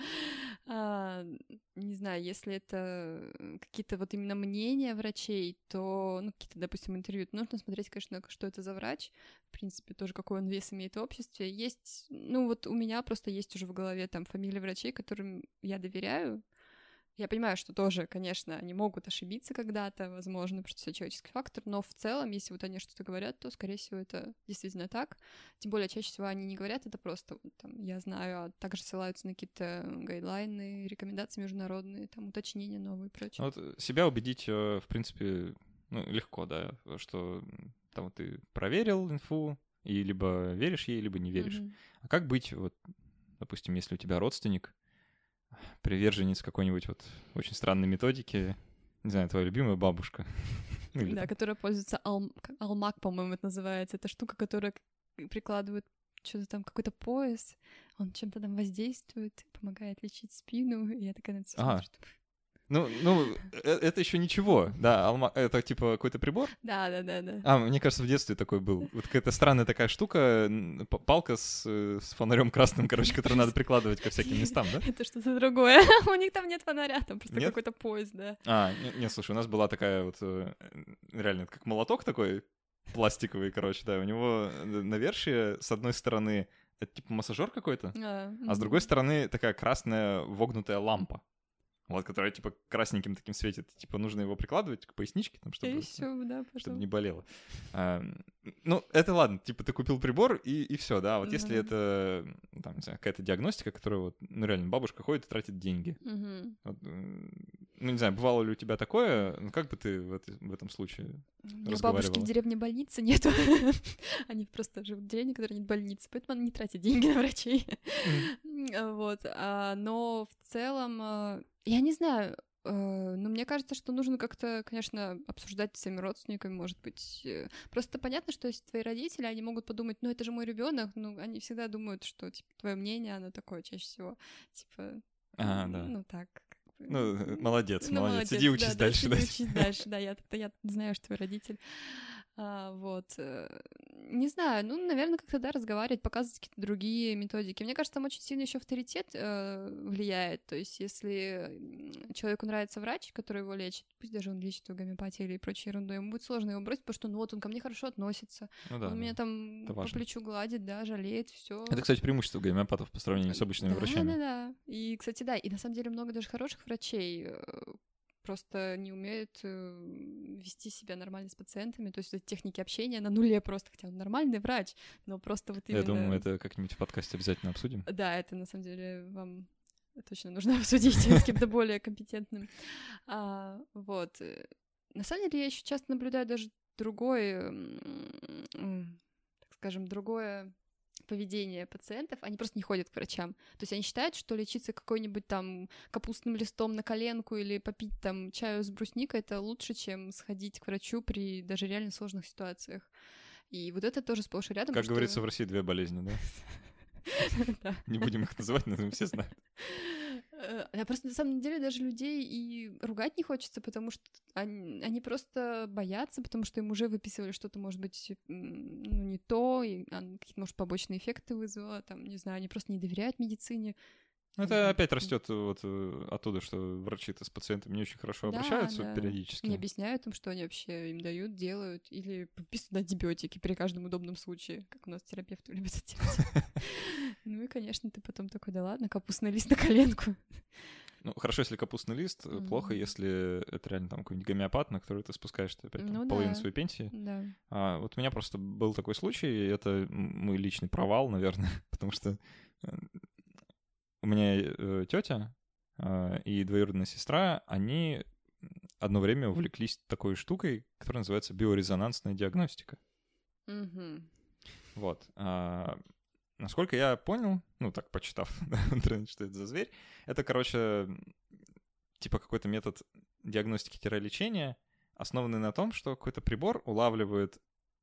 А, не знаю, если это какие-то вот именно мнения врачей, то, ну, какие-то, допустим, интервью, то нужно смотреть, конечно, что это за врач, в принципе, тоже какой он вес имеет в обществе. Есть, ну, вот у меня просто есть уже в голове там фамилии врачей, которым я доверяю. Я понимаю, что тоже, конечно, они могут ошибиться когда-то, возможно, потому что всё человеческий фактор, но в целом, если вот они что-то говорят, то, скорее всего, это действительно так. Тем более, чаще всего они не говорят, это просто, там, я знаю, а также ссылаются на какие-то гайдлайны, рекомендации международные, там, уточнения новые и прочее. Вот себя убедить, в принципе, ну, легко, да, что там вот ты проверил инфу, и либо веришь ей, либо не веришь. Mm-hmm. А как быть, вот, допустим, если у тебя родственник, приверженец какой-нибудь вот очень странной методики, не знаю, твоя любимая бабушка. Или да, там... которая пользуется ал... алмак, по-моему, это называется. Это штука, которая прикладывает что-то там, какой-то пояс, он чем-то там воздействует, помогает лечить спину, и я такая на это смотрю. Ну, ну, это еще ничего, да, алма... это типа какой-то прибор? Да, да, да, да. А, мне кажется, в детстве такой был. Вот какая-то странная такая штука, палка с, с фонарем красным, короче, которую надо прикладывать ко всяким местам, да? Это что-то другое. У них там нет фонаря, там просто нет? какой-то пояс, да. А, не, не, слушай, у нас была такая вот, реально, как молоток такой, пластиковый, короче, да, у него навершие, с одной стороны, это типа массажер какой-то, а, а с другой стороны такая красная вогнутая лампа. Вот, которая, типа, красненьким таким светит. Типа, нужно его прикладывать к поясничке, там, чтобы, и всё, да, чтобы не болело. А, ну, это ладно. Типа, ты купил прибор, и, и все, да. Вот mm-hmm. если это, там, не знаю, какая-то диагностика, которая вот, ну, реально, бабушка ходит и тратит деньги. Mm-hmm. Вот, ну, не знаю, бывало ли у тебя такое? Ну, как бы ты в, это, в этом случае разговаривала? У бабушки в деревне больницы нету. Они просто живут в деревне, которая нет больницы, поэтому она не тратит деньги на врачей. Вот. Но в целом... Я не знаю, э, но мне кажется, что нужно как-то, конечно, обсуждать с своими родственниками, может быть. Просто понятно, что если твои родители, они могут подумать, ну это же мой ребенок, ну они всегда думают, что типа твое мнение, оно такое чаще всего, типа, а, да. ну так. Ну, молодец, ну, молодец, молодец, иди учись да, дальше. Да, иди учись дальше, да, я, я знаю, что твой родитель. А, вот. Не знаю, ну, наверное, как-то, да, разговаривать, показывать какие-то другие методики. Мне кажется, там очень сильно еще авторитет э, влияет. То есть, если человеку нравится врач, который его лечит, пусть даже он лечит в гомеопатии или прочей ерундой, ему будет сложно его бросить, потому что, ну, вот он ко мне хорошо относится, ну, да, он да. меня там по важно. плечу гладит, да, жалеет, все. Это, кстати, преимущество гомеопатов по сравнению с обычными да, врачами. Да, да, да. И, кстати, да, и на самом деле много даже хороших врачей просто не умеют э, вести себя нормально с пациентами, то есть техники общения на нуле просто, хотя он нормальный врач, но просто вот именно... Я думаю, это как-нибудь в подкасте обязательно обсудим. Да, это на самом деле вам точно нужно обсудить с кем-то более компетентным. А, вот. На самом деле я еще часто наблюдаю даже другое, так скажем, другое поведение пациентов, они просто не ходят к врачам. То есть они считают, что лечиться какой-нибудь там капустным листом на коленку или попить там чаю с брусникой — это лучше, чем сходить к врачу при даже реально сложных ситуациях. И вот это тоже сплошь и рядом. Как говорится, в России две болезни, да? Не будем их называть, но все знают. А просто на самом деле даже людей и ругать не хочется, потому что они, они просто боятся, потому что им уже выписывали что-то, может быть, ну, не то, и какие-то, может, побочные эффекты вызвало, там, не знаю, они просто не доверяют медицине. Это опять растет вот оттуда, что врачи-то с пациентами не очень хорошо да, обращаются да. периодически. Не объясняют им, что они вообще им дают, делают, или прописывают антибиотики при каждом удобном случае, как у нас терапевты любят это делать. Ну и, конечно, ты потом такой, да ладно, капустный лист на коленку. Ну, хорошо, если капустный лист, mm-hmm. плохо, если это реально там какой-нибудь гомеопат, на который ты спускаешь ты опять там, ну, половину да. своей пенсии. Да. А, вот у меня просто был такой случай, и это мой личный провал, наверное, потому что у меня э, тетя э, и двоюродная сестра, они одно время увлеклись такой штукой, которая называется биорезонансная диагностика. Mm-hmm. Вот. А, насколько я понял, ну так, почитав в интернете, что это за зверь, это, короче, типа какой-то метод диагностики-лечения, основанный на том, что какой-то прибор улавливает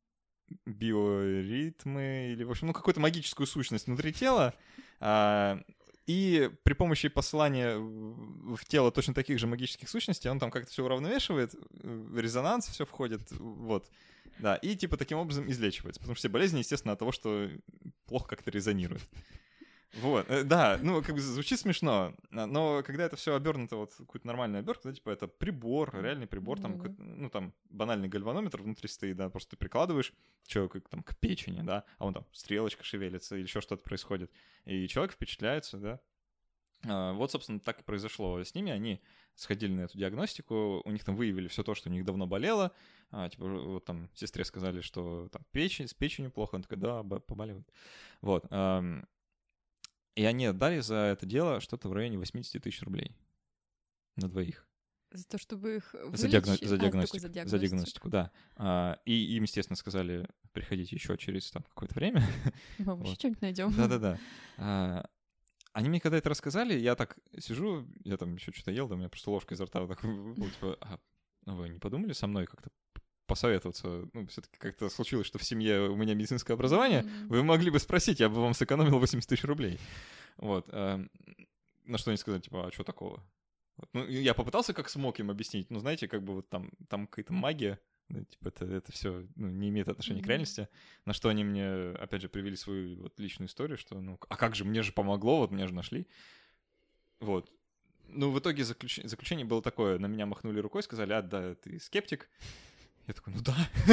биоритмы или, в общем, ну какую-то магическую сущность внутри тела, а, и при помощи послания в тело точно таких же магических сущностей он там как-то все уравновешивает, резонанс все входит, вот. Да, и типа таким образом излечивается, потому что все болезни, естественно, от того, что плохо как-то резонирует. Вот, да, ну, как бы звучит смешно, но когда это все обернуто вот в какую-то нормальную обертку, да, типа это прибор, реальный прибор, там, Mm-hmm. ну, там, банальный гальванометр внутри стоит, да, просто ты прикладываешь человека там, к печени, да, а он там, стрелочка шевелится или еще что-то происходит, и человек впечатляется, да. А, вот, собственно, так и произошло с ними, они сходили на эту диагностику, у них там выявили все то, что у них давно болело, а, типа, вот там сестре сказали, что там печень, с печенью плохо, он такой, да, побаливает, вот. И они отдали за это дело что-то в районе восемьдесят тысяч рублей на двоих. За то, чтобы их вылечить? За, диагно... за, диагностику. А, за, диагностику. за диагностику, да. А, и им, естественно, сказали приходить еще через там, какое-то время. Мы вот. еще что-нибудь найдем. Да-да-да. А, они мне когда это рассказали, я так сижу, я там еще что-то ел, да, у меня просто ложка изо рта вот так выпала, типа, а, ну вы не подумали со мной как-то посоветоваться? Ну, все-таки как-то случилось, что в семье у меня медицинское образование, mm-hmm. вы могли бы спросить, я бы вам сэкономил восемьдесят тысяч рублей. Вот. А, на что они сказали, типа, а что такого? Вот. Ну, я попытался как смог им объяснить, ну, знаете, как бы вот там, там какая-то магия, да, типа, это, это все ну, не имеет отношения mm-hmm. к реальности, на что они мне, опять же, привели свою вот личную историю, что, ну, а как же, мне же помогло, вот меня же нашли. Вот. Ну, в итоге заключ... заключение было такое, на меня махнули рукой, сказали, а, да, ты скептик. Я такой, ну да.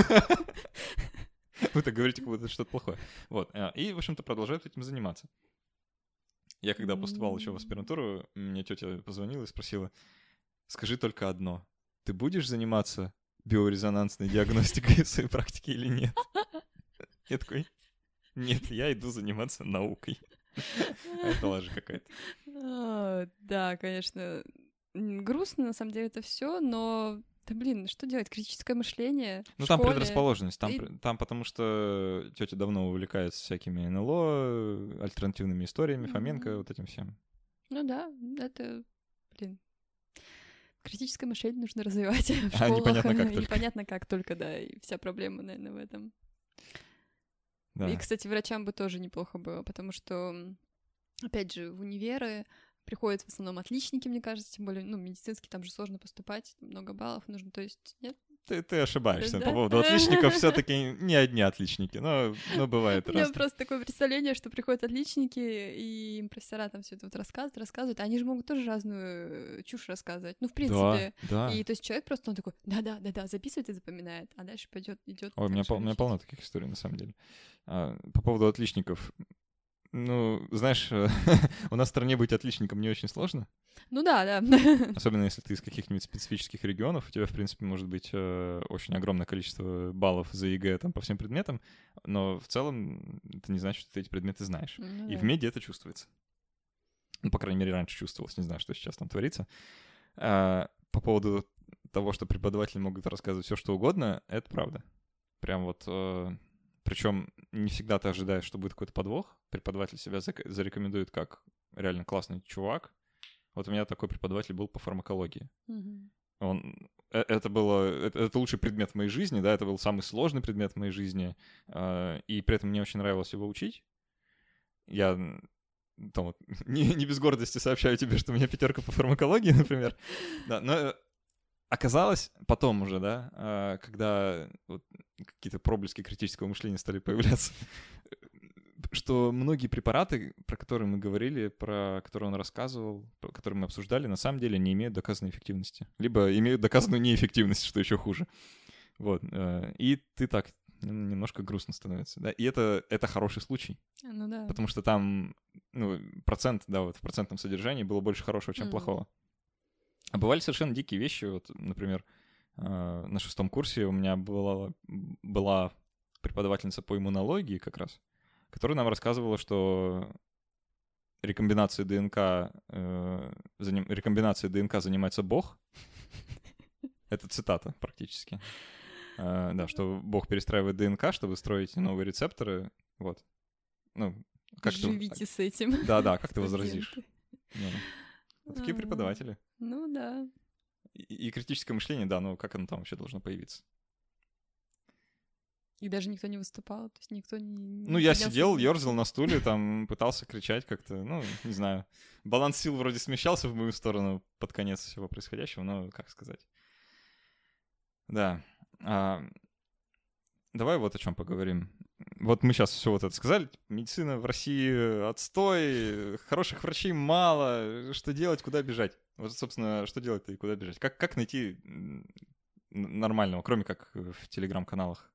Вы так говорите, как будто это что-то плохое. Вот. И, в общем-то, продолжают этим заниматься. Я когда поступал еще в аспирантуру, мне тетя позвонила и спросила, скажи только одно, ты будешь заниматься биорезонансной диагностикой в своей практике или нет? Я такой, нет, я иду заниматься наукой. Это лажа какая-то. Да, конечно, грустно на самом деле это все, но... Да блин, что делать? Критическое мышление. Ну, там предрасположенность. Там, и... там потому что тетя давно увлекается всякими эн эл о, альтернативными историями, mm-hmm. Фоменко, вот этим всем. Ну да, это, блин. Критическое мышление нужно развивать в школах. А непонятно как только. Непонятно как только, да. И вся проблема, наверное, в этом. Да. И, кстати, врачам бы тоже неплохо было, потому что, опять же, в универы приходят в основном отличники, мне кажется, тем более, ну, медицинский, там же сложно поступать, много баллов нужно, то есть, нет? Ты, ты ошибаешься, да? По поводу отличников все-таки не одни отличники, но, но бывает раз. У меня просто такое представление, что приходят отличники, и им профессора там все это вот рассказывают, рассказывают, а они же могут тоже разную чушь рассказывать, ну, в принципе. Да, да. И то есть человек просто, он такой, да-да-да-да, записывает и запоминает, а дальше пойдет, идет. Ой, у меня, пол, у меня полно таких историй, на самом деле. А, по поводу отличников... Ну, знаешь, у нас в стране быть отличником не очень сложно. Ну да, да. Особенно если ты из каких-нибудь специфических регионов, у тебя, в принципе, может быть э, очень огромное количество баллов за ЕГЭ там, по всем предметам, но в целом это не значит, что ты эти предметы знаешь. Ну, и да. В меди это чувствуется. Ну, по крайней мере, раньше чувствовалось, не знаю, что сейчас там творится. А, по поводу того, что преподаватели могут рассказывать все, что угодно, это правда. Прям вот... Э, Причем не всегда ты ожидаешь, что будет какой-то подвох. Преподаватель себя зарекомендует как реально классный чувак. Вот у меня такой преподаватель был по фармакологии. Mm-hmm. Он, это, было, это, это лучший предмет в моей жизни, да, это был самый сложный предмет в моей жизни. И при этом мне очень нравилось его учить. Я там вот, не, не без гордости сообщаю тебе, что у меня пятерка по фармакологии, например. Да, но... Оказалось потом уже, да, когда вот какие-то проблески критического мышления стали появляться, что многие препараты, про которые мы говорили, про которые он рассказывал, про которые мы обсуждали, на самом деле не имеют доказанной эффективности. Либо имеют доказанную неэффективность, что еще хуже. Вот. И ты так немножко грустно становится. Да? И это, это хороший случай. Ну да. Потому что там ну, процент, да, вот в процентном содержании было больше хорошего, чем mm-hmm. плохого. А бывали совершенно дикие вещи. Вот, например, на шестом курсе у меня была, была преподавательница по иммунологии как раз, которая нам рассказывала, что рекомбинацией ДНК, э, заним, рекомбинацией ДНК занимается Бог. Это цитата практически. Э, да, что Бог перестраивает ДНК, чтобы строить новые рецепторы. Вот. Ну, как Живите ты... с этим. Да-да, как ты возразишь? Ну, вот такие А, преподаватели. Ну да. И, и критическое мышление, да, ну как оно там вообще должно появиться? И даже никто не выступал, то есть никто не... Ну, я сидел, ерзал на стуле, там, пытался кричать как-то, ну, не знаю. Баланс сил вроде смещался в мою сторону под конец всего происходящего, но как сказать. Да. А, давай вот о чем поговорим. Вот мы сейчас все вот это сказали. Медицина в России отстой, хороших врачей мало. Что делать, куда бежать? Вот, собственно, что делать и куда бежать? Как, как найти нормального, кроме как в телеграм-каналах?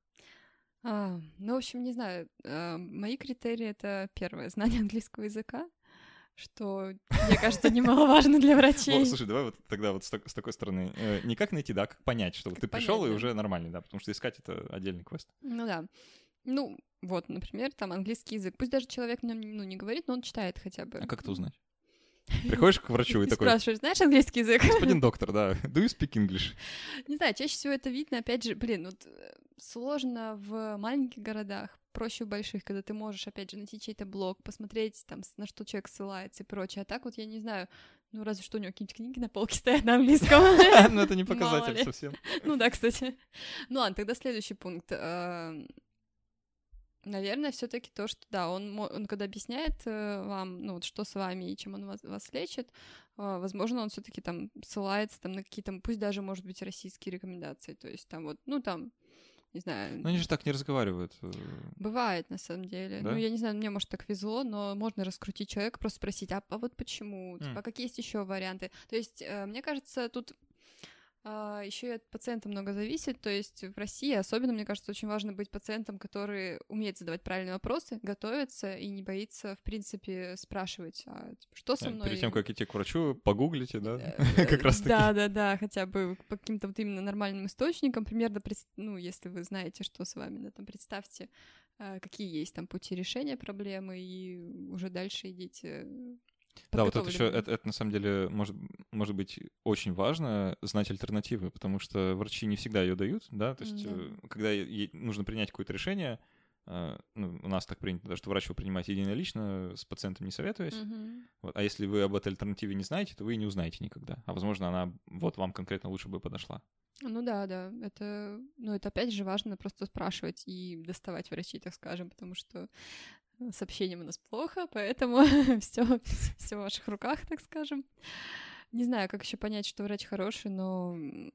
А, ну, в общем, не знаю. А, мои критерии — это первое — знание английского языка, что, мне кажется, немаловажно для врачей. О, слушай, давай вот тогда вот с, так, с такой стороны. Э, не как найти, да, а как понять, что Как ты понять, пришел и да. уже нормальный, да, потому что искать — это отдельный квест. Ну да. Ну, вот, например, там английский язык. Пусть даже человек на нем, ну, не говорит, но он читает хотя бы. А как это узнать? Приходишь к врачу и И такой: спрашиваешь: знаешь английский язык? господин доктор, да, do you speak English? Не знаю, чаще всего это видно, опять же, блин, вот э, сложно в маленьких городах, проще в больших, когда ты можешь, опять же, найти чей-то блог, посмотреть, там, с- на что человек ссылается и прочее. А так вот я не знаю, ну, разве что у него какие-нибудь книги на полке стоят на английском. Ну, это не Мало показатель ли. совсем. Ну да, кстати. Ну ладно, тогда следующий пункт. Эм, Наверное, все-таки то, что да, он, мо- он когда объясняет э, вам, ну вот что с вами и чем он вас, вас лечит, э, возможно, он все-таки там ссылается там на какие-то, пусть даже, может быть, российские рекомендации, то есть там вот, ну там, не знаю, Ну, они же так не разговаривают. э, бывает на самом деле. Да? Ну я не знаю, мне может так везло, но можно раскрутить человека, просто спросить, а, а вот почему, типа, М. а какие есть еще варианты? То есть э, мне кажется, тут еще и от пациента много зависит, то есть в России особенно, мне кажется, очень важно быть пациентом, который умеет задавать правильные вопросы, готовится и не боится, в принципе, спрашивать, а, типа, что со Э, мной. Перед тем, как идти к врачу, погуглите, да, Э, как раз таки. Да, да, да, хотя бы по каким-то вот именно нормальным источникам, примерно, пред- ну, если вы знаете, что с вами, да, там представьте, э, какие есть там пути решения проблемы, и уже дальше идите. Да, вот это еще, подготовленными. это, это на самом деле может, может быть очень важно знать альтернативы, потому что врачи не всегда ее дают, да, то есть Да. э, когда е- нужно принять какое-то решение, э, ну, у нас так принято, да, что врач его принимает единолично, с пациентом не советуясь, Мгм. вот, а если вы об этой альтернативе не знаете, то вы и не узнаете никогда, а возможно она вот вам конкретно лучше бы подошла. Ну да, да, это, ну это опять же важно просто спрашивать и доставать врачей, так скажем, потому что с общением у нас плохо, поэтому все, все в ваших руках, так скажем. Не знаю, как еще понять, что врач хороший, но м,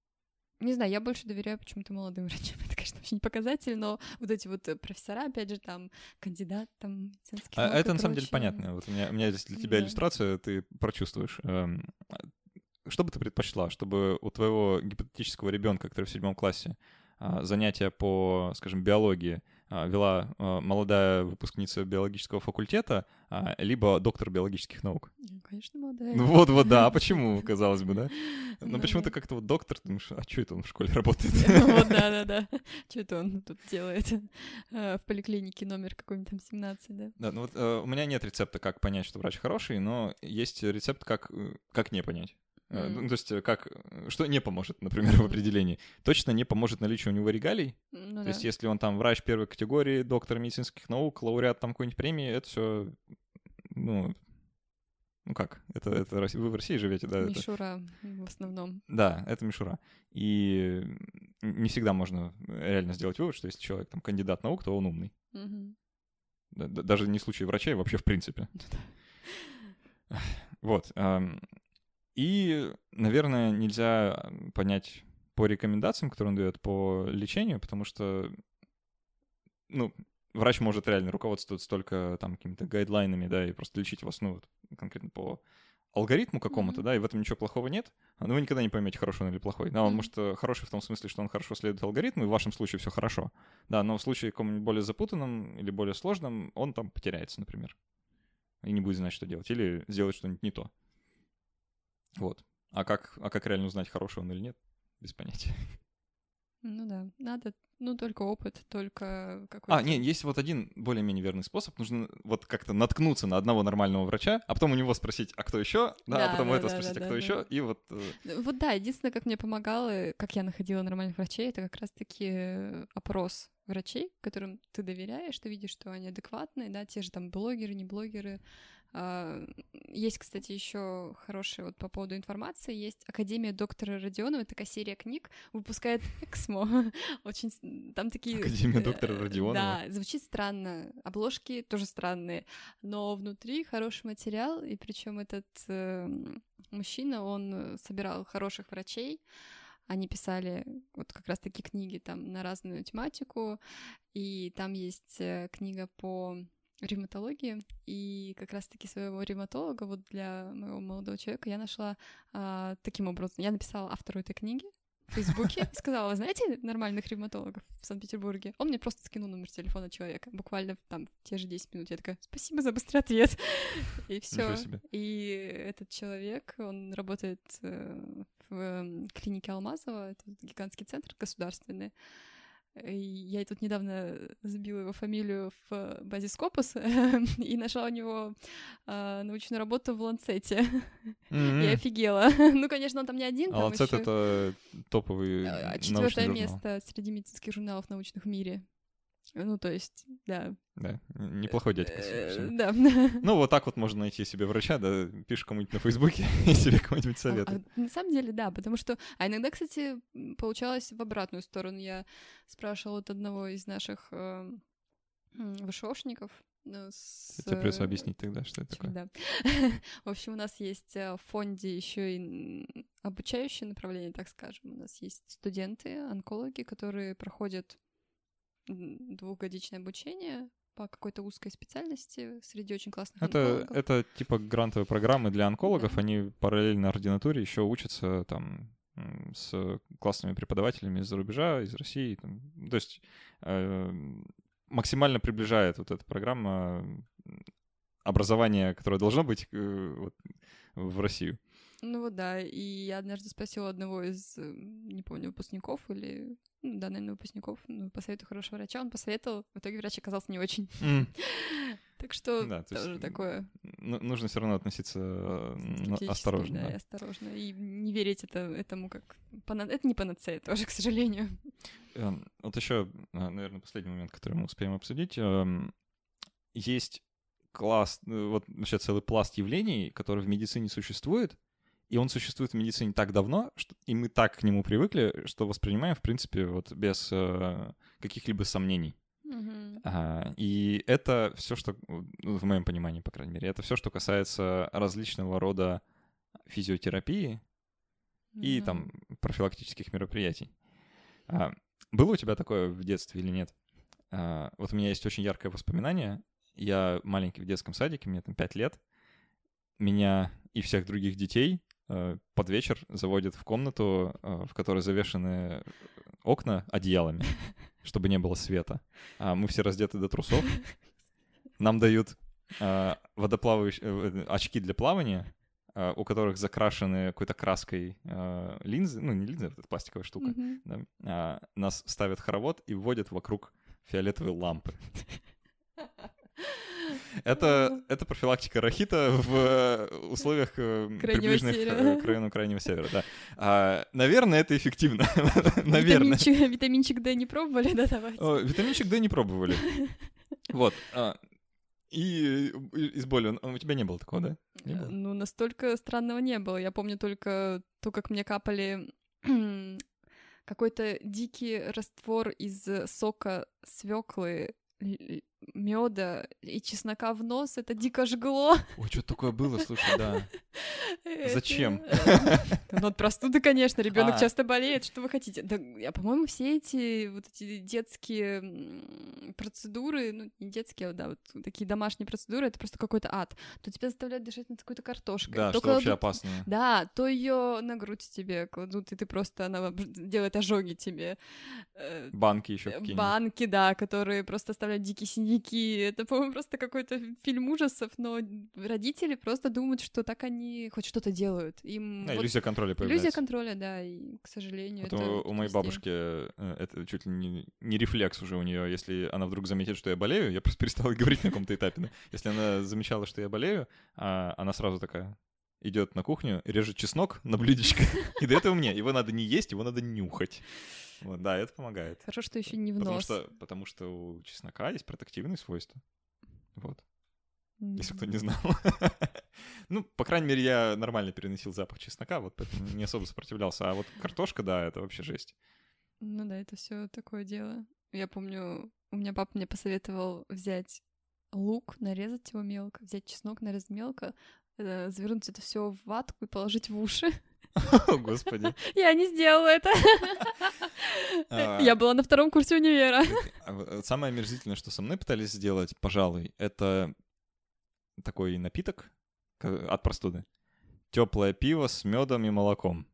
не знаю, я больше доверяю почему-то молодым врачам. Это, конечно, вообще не показатель, но вот эти вот э, профессора, опять же, там, кандидат, там, медицинских А наук и это на самом деле прочее. понятно. Вот у меня, у меня здесь для тебя Да. иллюстрация, ты прочувствуешь. Эм, а, Что бы ты предпочла, чтобы у твоего гипотетического ребенка, который в седьмом классе, а, занятия по, скажем, биологии а, вела а, молодая выпускница биологического факультета, а, либо доктор биологических наук? Ну, конечно, молодая. Ну вот, вот, да, а почему, казалось бы, да? Но Ну почему-то да. как-то вот доктор, ты думаешь, а что это он в школе работает? Вот, да-да-да. Что это он тут делает э, в поликлинике номер какой-нибудь там семнадцать, да? Да, ну вот э, у меня нет рецепта, как понять, что врач хороший, но есть рецепт, как, э, как не понять. Э, М. Ну, то есть, э, как, э, что не поможет, например, в Мгм. определении. Точно не поможет наличие у него регалий. Ну То да. есть, если он там врач первой категории, доктор медицинских наук, лауреат там какой-нибудь премии, это все, ну, ну как, это, это Россия- вы в России живете, да? Это, Мишура в основном. да, это мишура. И не всегда можно реально сделать вывод, что если человек там кандидат наук, то он умный. Мгм. Да- да- Даже не в случае врачей, вообще в принципе. Ну да. Вот. ам, И, наверное, нельзя понять по рекомендациям, которые он дает по лечению, потому что, ну, врач может реально руководствоваться только там какими-то гайдлайнами, да, и просто лечить вас, ну, вот, конкретно по алгоритму какому-то, Мгм. да, и в этом ничего плохого нет, но вы никогда не поймете, хороший он или плохой. Да, он Мгм. может э, хороший в том смысле, что он хорошо следует алгоритму, и в вашем случае все хорошо. Да, но в случае каком-нибудь более запутанном или более сложном, он там потеряется, например, и не будет знать, что делать, или сделать что-нибудь не то. Вот. А как, а как реально узнать, хороший он или нет? Без понятия. Ну да, надо, ну, только опыт, только какой-то... А, не, есть вот один более-менее верный способ. Нужно вот как-то наткнуться на одного нормального врача, а потом у него спросить, а кто еще? Да, Да, а потом у да, этого да, спросить, да, а да, кто да. еще? И вот... э, Э, Вот да, единственное, как мне помогало, как я находила нормальных врачей, это как раз-таки э, опрос врачей, которым ты доверяешь, ты видишь, что они адекватные, да, те же там блогеры, не блогеры. А, Есть, кстати, еще хорошая вот по поводу информации, есть Академия доктора Родионова, такая серия книг, выпускает Эксмо. Очень с- там такие... Академия э, доктора Родионова. Да, звучит странно, обложки тоже странные, но внутри хороший материал, и причем этот э, мужчина, он э, собирал хороших врачей, они писали вот как раз-таки книги там на разную тематику, и там есть книга по ревматологии, и как раз-таки своего ревматолога вот для моего молодого человека я нашла а, таким образом. Я написала автору этой книги в Фейсбуке и сказала: вы знаете нормальных ревматологов в Санкт-Петербурге? Он мне просто скинул номер телефона человека, буквально там в те же десять минут. Я такая: спасибо за быстрый ответ. И все. И этот человек, он работает в клинике Алмазова, это гигантский центр государственный. И я тут недавно забила его фамилию в базе Scopus и нашла у него э, научную работу в Ланцете. Mm-hmm. Я офигела. Ну, конечно, он там не один. А Ланцет ещё... — это топовый научный четвёртое журнал. место среди медицинских журналов научных в мире. Ну, то есть, да. Да, неплохой дядька. Да. Ну, вот так вот можно найти себе врача, да, пишешь кому-нибудь на Фейсбуке и себе кого-нибудь советует. А, а, на самом деле, да, потому что... А иногда, кстати, получалось в обратную сторону. Я спрашивала от одного из наших э, ВШОшников. С... Тебе придется объяснить тогда, что это такое. Да. В общем, у нас есть в фонде еще и обучающее направление, так скажем. У нас есть студенты, онкологи, которые проходят двухгодичное обучение по какой-то узкой специальности среди очень классных это, онкологов. Это типа грантовые программы для онкологов, да. Они параллельно ординатуре еще учатся там с классными преподавателями из-за рубежа, из России. Там. То есть э, максимально приближает вот эта программа образование, которое должно быть э, вот, в Россию. Ну вот да, и я однажды спросила одного из, не помню, выпускников или, ну, да, наверное, выпускников, ну, посоветую хорошего врача, он посоветовал, в итоге врач оказался не очень. Mm. Так что да, то тоже такое. Нужно все равно относиться осторожно. Да, да, и осторожно, и не верить это, этому как... Это не панацея тоже, к сожалению. Вот еще, наверное, последний момент, который мы успеем обсудить. Есть класс, вот вообще целый пласт явлений, который в медицине существует, и он существует в медицине так давно, что, и мы так к нему привыкли, что воспринимаем, в принципе, вот без э, каких-либо сомнений. Mm-hmm. А, и это все, что, в моем понимании, по крайней мере, это все, что касается различного рода физиотерапии mm-hmm. и там профилактических мероприятий. А, было у тебя такое в детстве или нет? А, вот у меня есть очень яркое воспоминание. Я маленький в детском садике, мне там пять лет. Меня и всех других детей под вечер заводят в комнату, в которой завешены окна одеялами, чтобы не было света. Мы все раздеты до трусов. Нам дают водоплавающие очки для плавания, у которых закрашены какой-то краской линзы, ну не линзы, это пластиковая штука. Mm-hmm. Да? Нас ставят в хоровод и вводят вокруг фиолетовые лампы. Это, это профилактика рахита в условиях Крайнего приближенных севера. К району Крайнего Севера. Да. А, наверное, это эффективно. Наверное. Витаминчик, витаминчик D не пробовали, да, давайте? О, витаминчик D не пробовали. Вот. А, и из боли у тебя не было такого, да? Не было? Ну, настолько странного не было. Я помню только то, как мне капали какой-то дикий раствор из сока свеклы, меда и чеснока в нос, это дико жгло. Ой, что такое было, слушай, да. Зачем? Ну, от простуды, конечно, ребенок часто болеет, что вы хотите. Да, я, по-моему, все эти вот эти детские процедуры, ну, не детские, а да, вот такие домашние процедуры, это просто какой-то ад. То тебя заставляют дышать над какой-то картошкой. Да, что вообще опасно. Да, то ее на грудь тебе кладут, и ты просто, она делает ожоги тебе. Банки еще какие-нибудь. Банки, да, которые просто оставляют дикие синяки. Это, по-моему, просто какой-то фильм ужасов, но родители просто думают, что так они хоть что-то делают. Им да, вот... иллюзия контроля появляется. Иллюзия контроля, да, и, к сожалению, Потом это... у моей везде. Бабушки это чуть ли не, не рефлекс уже у нее. Если она вдруг заметит, что я болею, я просто перестал говорить на каком-то этапе. Да? Если она замечала, что я болею, она сразу такая идет на кухню, режет чеснок на блюдечко и дает его мне. Его надо не есть, его надо нюхать. Вот, да, это помогает. Хорошо, что еще не в потому нос. Что, потому что у чеснока есть протективные свойства. Вот. Mm-hmm. Если кто не знал. Ну, по крайней мере, я нормально переносил запах чеснока, вот поэтому не особо сопротивлялся. А вот картошка, да, это вообще жесть. Ну да, это все такое дело. Я помню, у меня папа мне посоветовал взять лук, нарезать его мелко, взять чеснок, нарезать мелко, завернуть это все в ватку и положить в уши. О, господи. Я не сделала это. Я была на втором курсе универа. Самое омерзительное, что со мной пытались сделать, пожалуй, это такой напиток от простуды. Теплое пиво с медом и молоком.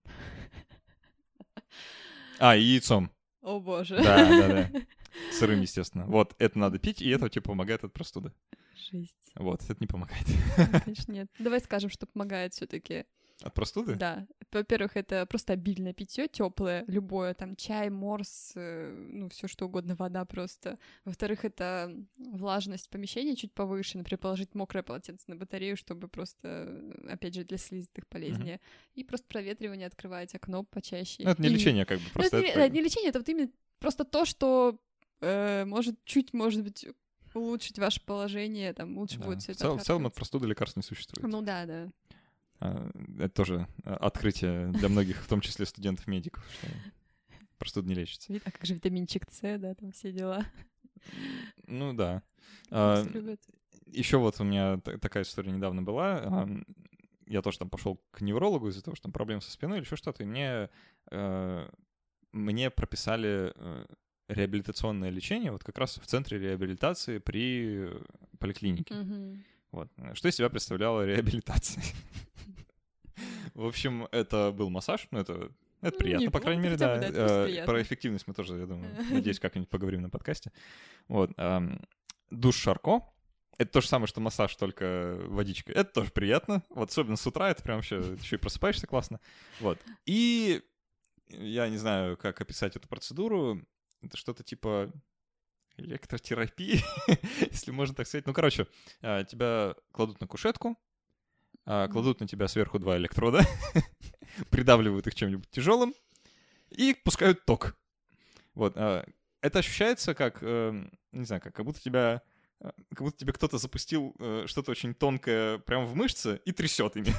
А, и яйцом. О боже. Да, да, да. Сырым, естественно. Вот, это надо пить, и это, типа, помогает от простуды. Жесть. Вот, это не помогает. Конечно, нет. Давай скажем, что помогает все-таки. От простуды? Да. Во-первых, это просто обильное питье, теплое, любое, там чай, морс, ну, все что угодно, вода просто. Во-вторых, это влажность помещения чуть повыше, например, положить мокрое полотенце на батарею, чтобы просто, опять же, для слизистых полезнее. Mm-hmm. И просто проветривание, открывать окно почаще. Ну, это не и... лечение, как бы. Просто ну, это, это, не, это не лечение, это вот именно просто то, что э, может чуть, может быть, улучшить ваше положение, там лучше да. будет все в это. Цел, в целом от простуды лекарств не существует. Ну да, да. Это тоже открытие для многих, в том числе студентов-медиков, что простуда не лечится. А как же витаминчик С, да, там все дела. Ну да. А, еще вот у меня такая история недавно была. Я тоже там пошел к неврологу из-за того, что там проблемы со спиной или еще что-то, и мне, мне прописали реабилитационное лечение вот как раз в центре реабилитации при поликлинике. Угу. Вот. Что из себя представляла реабилитация? В общем, это был массаж, ну, это, это приятно, не, по крайней мере, да. да э, про эффективность мы тоже, я думаю, надеюсь, как-нибудь поговорим на подкасте. Вот. Эм, душ Шарко. Это то же самое, что массаж, только водичкой. Это тоже приятно. Вот особенно с утра, это прям вообще еще и просыпаешься классно. Вот. И я не знаю, как описать эту процедуру. Это что-то типа электротерапии, если можно так сказать. Ну, короче, тебя кладут на кушетку, кладут на тебя сверху два электрода, придавливают их чем-нибудь тяжелым и пускают ток. Вот. Это ощущается как, не знаю, как, как будто тебя, как будто тебе кто-то запустил что-то очень тонкое прямо в мышцы и трясет ими.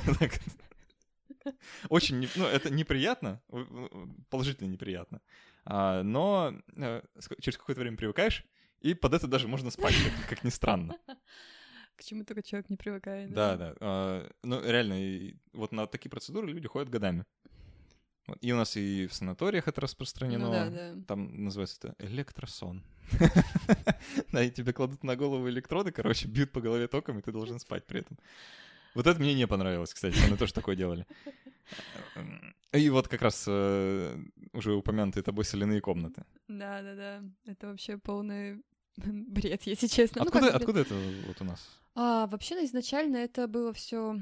Очень, ну, это неприятно, положительно неприятно. Но через какое-то время привыкаешь, и под это даже можно спать, как, как ни странно. К чему только человек не привыкает. Да, да. да. Ну, реально, и вот на такие процедуры люди ходят годами. Вот. И у нас и в санаториях это распространено. Ну, да, да. Там называется это электросон. Да, и тебе кладут на голову электроды, короче, бьют по голове током, и ты должен спать при этом. Вот это мне не понравилось, кстати. Мы тоже такое делали. И вот как раз уже упомянутые тобой соляные комнаты. Да, да, да. Это вообще полный бред, если честно. Откуда, ну, как откуда это вот у нас? А, вообще, изначально это было все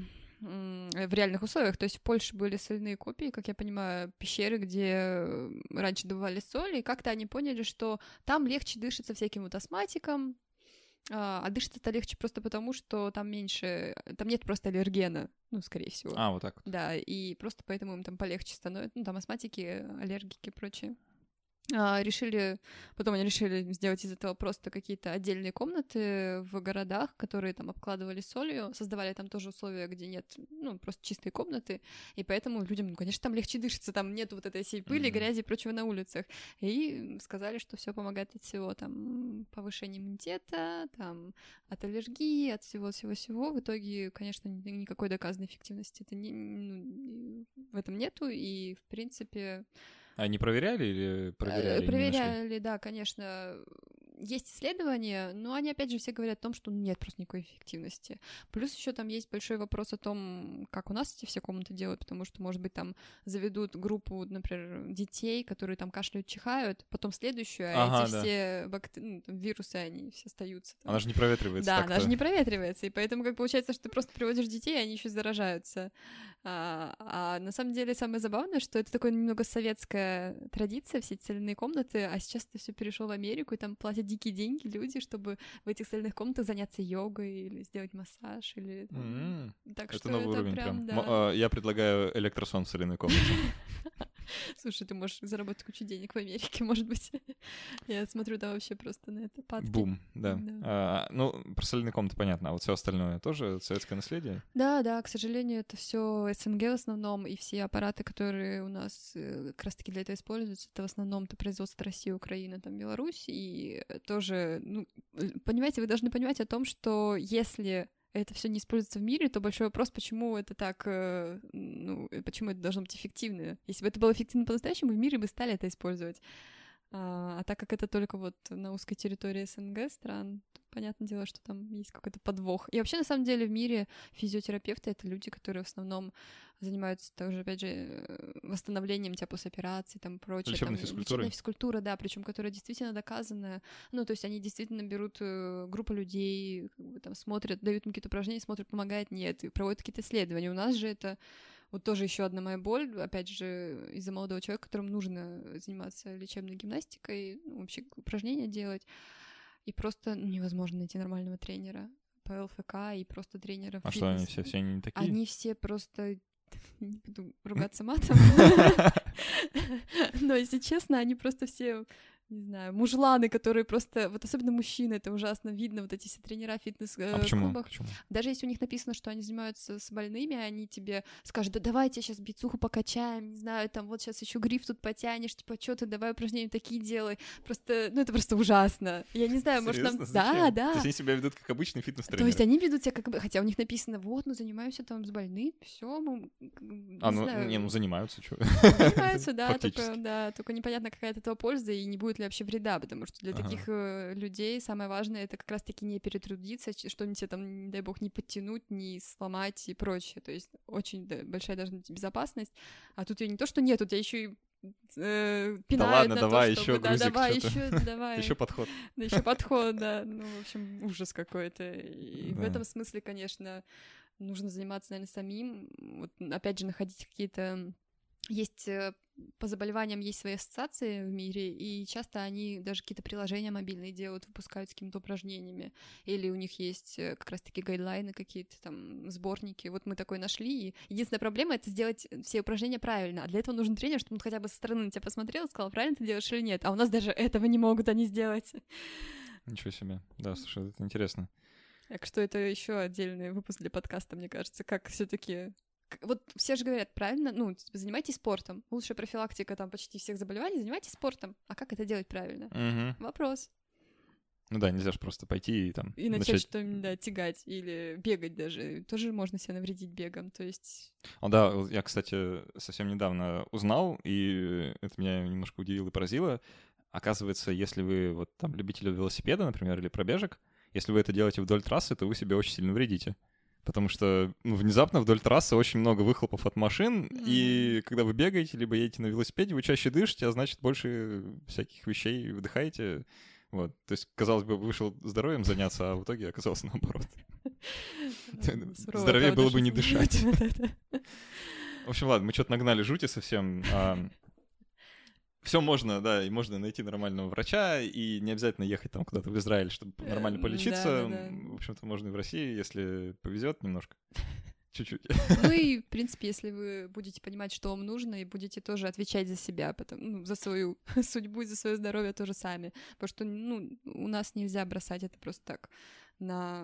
в реальных условиях. То есть в Польше были соляные копии, как я понимаю, пещеры, где раньше добывали соль, и как-то они поняли, что там легче дышится всяким вот астматикам, а, а дышится-то легче просто потому, что там меньше, там нет просто аллергена, ну, скорее всего. А, вот так вот. Да, и просто поэтому им там полегче становится, ну, там астматики, аллергики и прочее. А, решили, потом они решили сделать из этого просто какие-то отдельные комнаты в городах, которые там обкладывали солью, создавали там тоже условия, где нет, ну, просто чистые комнаты, и поэтому людям, ну, конечно, там легче дышится, там нет вот этой всей пыли, mm-hmm. грязи и прочего на улицах. И сказали, что все помогает от всего, там, повышения иммунитета, там, от аллергии, от всего-всего-всего. В итоге, конечно, никакой доказанной эффективности это не, ну, в этом нету, и, в принципе... А не проверяли или проверяли? Проверяли, да, конечно. Есть исследования, но они, опять же, все говорят о том, что нет просто никакой эффективности. Плюс еще там есть большой вопрос о том, как у нас эти все комнаты делают, потому что, может быть, там заведут группу, например, детей, которые там кашляют, чихают, потом следующую, а ага, эти да. все бактери... ну, там, вирусы, они все остаются. Там. Она же не проветривается. Да, она же не проветривается, и поэтому как получается, что ты просто приводишь детей, и они еще заражаются. А, а на самом деле самое забавное, что это такая немного советская традиция, все эти соляные комнаты, а сейчас это все перешло в Америку, и там платят дикие деньги люди, чтобы в этих соляных комнатах заняться йогой или сделать массаж, или там... Mm-hmm. Так это что новый это уровень прям, прям. да. М- я предлагаю электросон в соляной комнате. Слушай, ты можешь заработать кучу денег в Америке, может быть. Я смотрю, да, вообще просто на это падки. Бум, да. да. А, ну, про соляные комнаты понятно, а вот все остальное тоже советское наследие? Да, да, к сожалению, это все СНГ в основном, и все аппараты, которые у нас как раз-таки для этого используются, это в основном-то производство России, Украины, там, Беларусь, и тоже, ну, понимаете, вы должны понимать о том, что если это все не используется в мире, то большой вопрос, почему это так, э, ну, почему это должно быть эффективно. Если бы это было эффективно по-настоящему, в мире бы стали это использовать. А, а так как это только вот на узкой территории СНГ стран, то понятное дело, что там есть какой-то подвох. И вообще, на самом деле, в мире физиотерапевты — это люди, которые в основном занимаются тоже, опять же, восстановлением тебя после операции, там, прочее. Лечебной там, физкультурой. Лечебная физкультура, да, причем которая действительно доказанная. Ну, то есть они действительно берут э, группу людей, как бы, там, смотрят, дают им какие-то упражнения, смотрят, помогает, нет, и проводят какие-то исследования. У нас же это вот тоже еще одна моя боль, опять же, из-за молодого человека, которому нужно заниматься лечебной гимнастикой, ну, вообще упражнения делать, и просто ну, невозможно найти нормального тренера по ЛФК и просто тренеров. А что, они все, все не такие? Они все просто... Не буду ругаться матом. Но, если честно, они просто все... не знаю, мужланы, которые просто, вот особенно мужчины, это ужасно видно, вот эти все тренера фитнес-клубах. А почему? Почему? Даже если у них написано, что они занимаются с больными, они тебе скажут, да давайте сейчас бицуху покачаем, не знаю, там вот сейчас еще гриф тут потянешь, типа, что ты, давай упражнения такие делай. Просто, ну это просто ужасно. Я не знаю, может нам... Зачем? Да, да. То есть они себя ведут как обычный фитнес-тренер? То есть они ведут себя как бы, хотя у них написано, вот, мы занимаемся там с больными, все, мы... А, ну, не, ну занимаются, что? Занимаются, да, только, да, только непонятно, какая от этого польза и не будет ли вообще вреда, потому что для ага. таких э, людей самое важное — это как раз-таки не перетрудиться, что-нибудь тебе там, не дай бог, не подтянуть, не сломать и прочее. То есть очень да, большая должна быть безопасность. А тут ее не то, что нет, у тебя еще и э, пинают да ладно, на давай то, чтобы... еще грузик, да, давай, что-то. еще, давай. Еще подход. Да, еще подход, да. Ну, в общем, ужас какой-то. И да. в этом смысле, конечно, нужно заниматься, наверное, самим. Вот, опять же, находить какие-то... Есть по заболеваниям есть свои ассоциации в мире, и часто они даже какие-то приложения мобильные делают, выпускают с какими-то упражнениями, или у них есть как раз-таки гайдлайны какие-то, там, сборники. Вот мы такой нашли, и единственная проблема — это сделать все упражнения правильно, а для этого нужен тренер, чтобы он хотя бы со стороны на тебя посмотрел и сказал, правильно ты делаешь или нет, а у нас даже этого не могут они сделать. Ничего себе. Да, слушай, это интересно. Так что это еще отдельный выпуск для подкаста, мне кажется, как все-таки... Вот все же говорят, правильно, ну, занимайтесь спортом. Лучшая профилактика там почти всех заболеваний — занимайтесь спортом. А как это делать правильно? Угу. Вопрос. Ну да, нельзя же просто пойти и там... И начать, начать... что-нибудь, да, тягать или бегать даже. Тоже можно себя навредить бегом, то есть... О, да, я, кстати, совсем недавно узнал, и это меня немножко удивило и поразило. Оказывается, если вы вот там любитель велосипеда, например, или пробежек, если вы это делаете вдоль трассы, то вы себе очень сильно вредите. Потому что ну, внезапно вдоль трассы очень много выхлопов от машин, mm-hmm. и когда вы бегаете, либо едете на велосипеде, вы чаще дышите, а значит, больше всяких вещей выдыхаете. Вот. То есть, казалось бы, вышел здоровьем заняться, а в итоге оказалось наоборот. Здоровее было бы не дышать. В общем, ладно, мы что-то нагнали жути совсем. Все можно, да, и можно найти нормального врача, и не обязательно ехать там куда-то в Израиль, чтобы нормально полечиться. Да, да, да. В общем-то, можно и в России, если повезет немножко. Чуть-чуть. Ну и, в принципе, если вы будете понимать, что вам нужно, и будете тоже отвечать за себя, потом, ну, за свою судьбу и за свое здоровье тоже сами. Потому что, ну, у нас нельзя бросать это просто так на...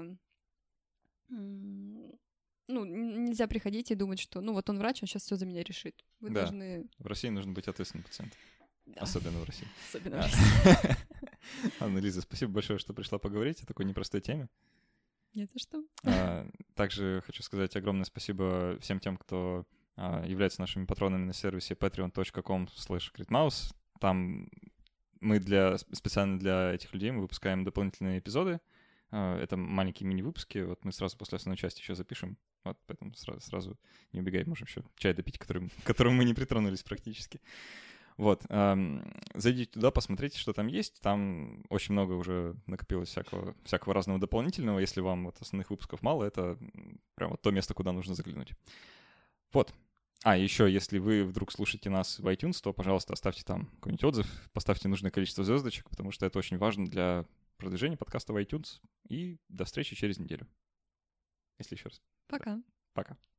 Ну, нельзя приходить и думать, что, ну, вот он врач, он сейчас все за меня решит. Вы да. должны... В России нужно быть ответственным пациентом. Да. Особенно в России. Особенно в России. Анна, Лиза, спасибо большое, что пришла поговорить о такой непростой теме. Не за что. А, также хочу сказать огромное спасибо всем тем, кто а, является нашими патронами на сервисе patreon точка com слэш критмаус. Там мы для, специально для этих людей мы выпускаем дополнительные эпизоды. А, это маленькие мини-выпуски. Вот мы сразу после основной части еще запишем. Вот, поэтому сразу, сразу не убегай, можем еще чай допить, которым, к которому мы не притронулись практически. Вот, эм, зайдите туда, посмотрите, что там есть. Там очень много уже накопилось всякого, всякого разного дополнительного. Если вам вот основных выпусков мало, это прям вот то место, куда нужно заглянуть. Вот. А, еще, если вы вдруг слушаете нас в iTunes, то, пожалуйста, оставьте там какой-нибудь отзыв, поставьте нужное количество звездочек, потому что это очень важно для продвижения подкаста в iTunes. И до встречи через неделю. Если еще раз. Пока. Пока.